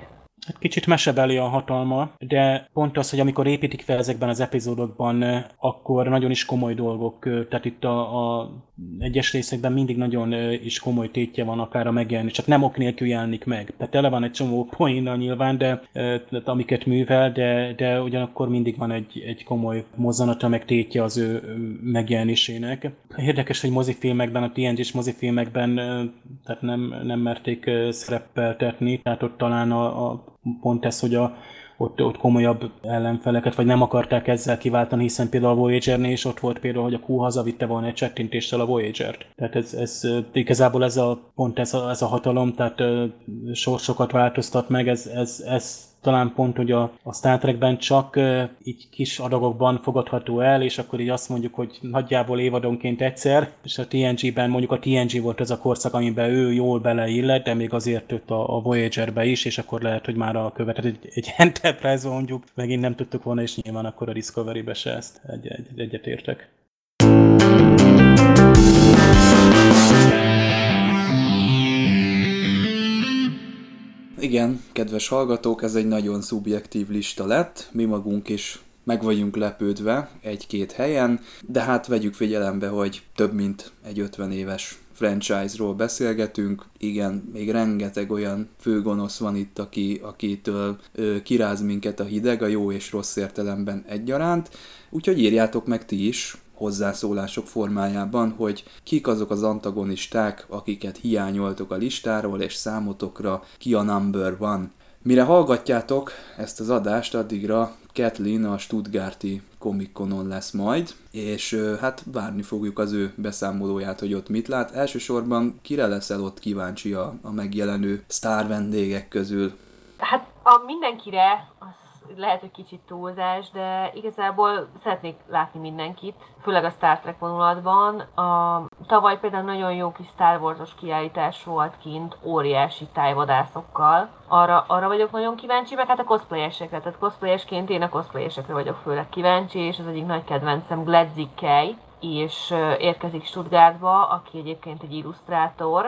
Hát kicsit mesebeli a hatalma, de pont az, hogy amikor építik fel ezekben az epizódokban, akkor nagyon is komoly dolgok, tehát itt a, a egyes részekben mindig nagyon is komoly tétje van akár a megjelenés, csak nem ok nélkül jelenik meg. Tehát tele van egy csomó poénnal nyilván, de, de amiket művel, de, de ugyanakkor mindig van egy, egy komoly mozzanata, meg tétje az ő megjelenésének. Érdekes, hogy mozifilmekben, a té en gés mozifilmekben tehát nem, nem merték szerepeltetni, tehát ott talán a, a pont ez, hogy a, ott, ott komolyabb ellenfeleket, vagy nem akarták ezzel kiváltani, hiszen például a Voyager-nél is ott volt például, hogy a Q hazavitte volna egy csettintéssel a Voyager-t. Tehát ez, ez igazából ez a, pont ez a, ez a hatalom, tehát uh, sorsokat változtat meg, ez, ez, ez talán pont, hogy a, a Star Trekben csak uh, így kis adagokban fogadható el, és akkor így azt mondjuk, hogy nagyjából évadonként egyszer, és a té en gében mondjuk a té en gé volt az a korszak, amiben ő jól beleillett, de még azért jött a, a Voyager-be is, és akkor lehet, hogy már a követet egy, egy Enterprise mondjuk, megint nem tudtuk volna, és nyilván akkor a Discovery-be se ezt egy, egy, egyetértek. Igen, kedves hallgatók, ez egy nagyon szubjektív lista lett, mi magunk is meg vagyunk lepődve egy-két helyen, de hát vegyük figyelembe, hogy több mint egy ötven éves franchise-ról beszélgetünk. Igen, még rengeteg olyan főgonosz van itt, aki, akitől ö, kiráz minket a hideg, a jó és rossz értelemben egyaránt, úgyhogy írjátok meg ti is hozzászólások formájában, hogy kik azok az antagonisták, akiket hiányoltok a listáról, és számotokra ki a number one. Mire hallgatjátok ezt az adást, addigra Kathleen a stuttgarti Comic-Conon lesz majd, és hát várni fogjuk az ő beszámolóját, hogy ott mit lát. Elsősorban kire leszel ott kíváncsi a, a megjelenő sztár vendégek közül? Hát a mindenkire, az lehet, hogy kicsit túlzás, de igazából szeretnék látni mindenkit, főleg a Star Trek vonulatban. A, tavaly például nagyon jó kis Star Wars-os kiállítás volt kint, óriási tájvadászokkal. Arra, arra vagyok nagyon kíváncsi, meg hát a cosplayesekre. Tehát cosplayesként én a cosplayesekre vagyok főleg kíváncsi, és az egyik nagy kedvencem Gledzik Kay, és érkezik Stuttgartba, aki egyébként egy illusztrátor,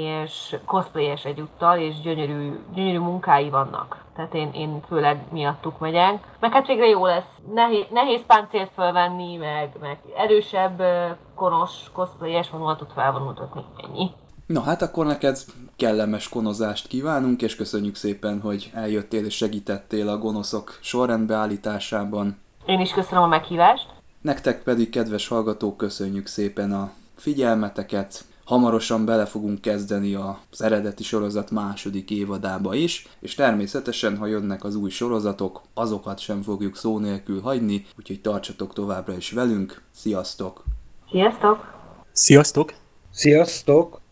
és cosplayes egyúttal, és gyönyörű, gyönyörű munkái vannak. Tehát én, én főleg miattuk megyek. Meg hát végre jó lesz. Nehéz, nehéz páncélt felvenni, meg, meg erősebb, konos cosplayes vonulatot felvonultatni. Ennyi. Na hát akkor neked kellemes konozást kívánunk, és köszönjük szépen, hogy eljöttél és segítettél a gonoszok sorrendbeállításában. Én is köszönöm a meghívást. Nektek pedig, kedves hallgatók, köszönjük szépen a figyelmeteket. Hamarosan bele fogunk kezdeni az eredeti sorozat második évadába is, és természetesen, ha jönnek az új sorozatok, azokat sem fogjuk szó nélkül hagyni, úgyhogy tartsatok továbbra is velünk. Sziasztok! Sziasztok! Sziasztok! Sziasztok!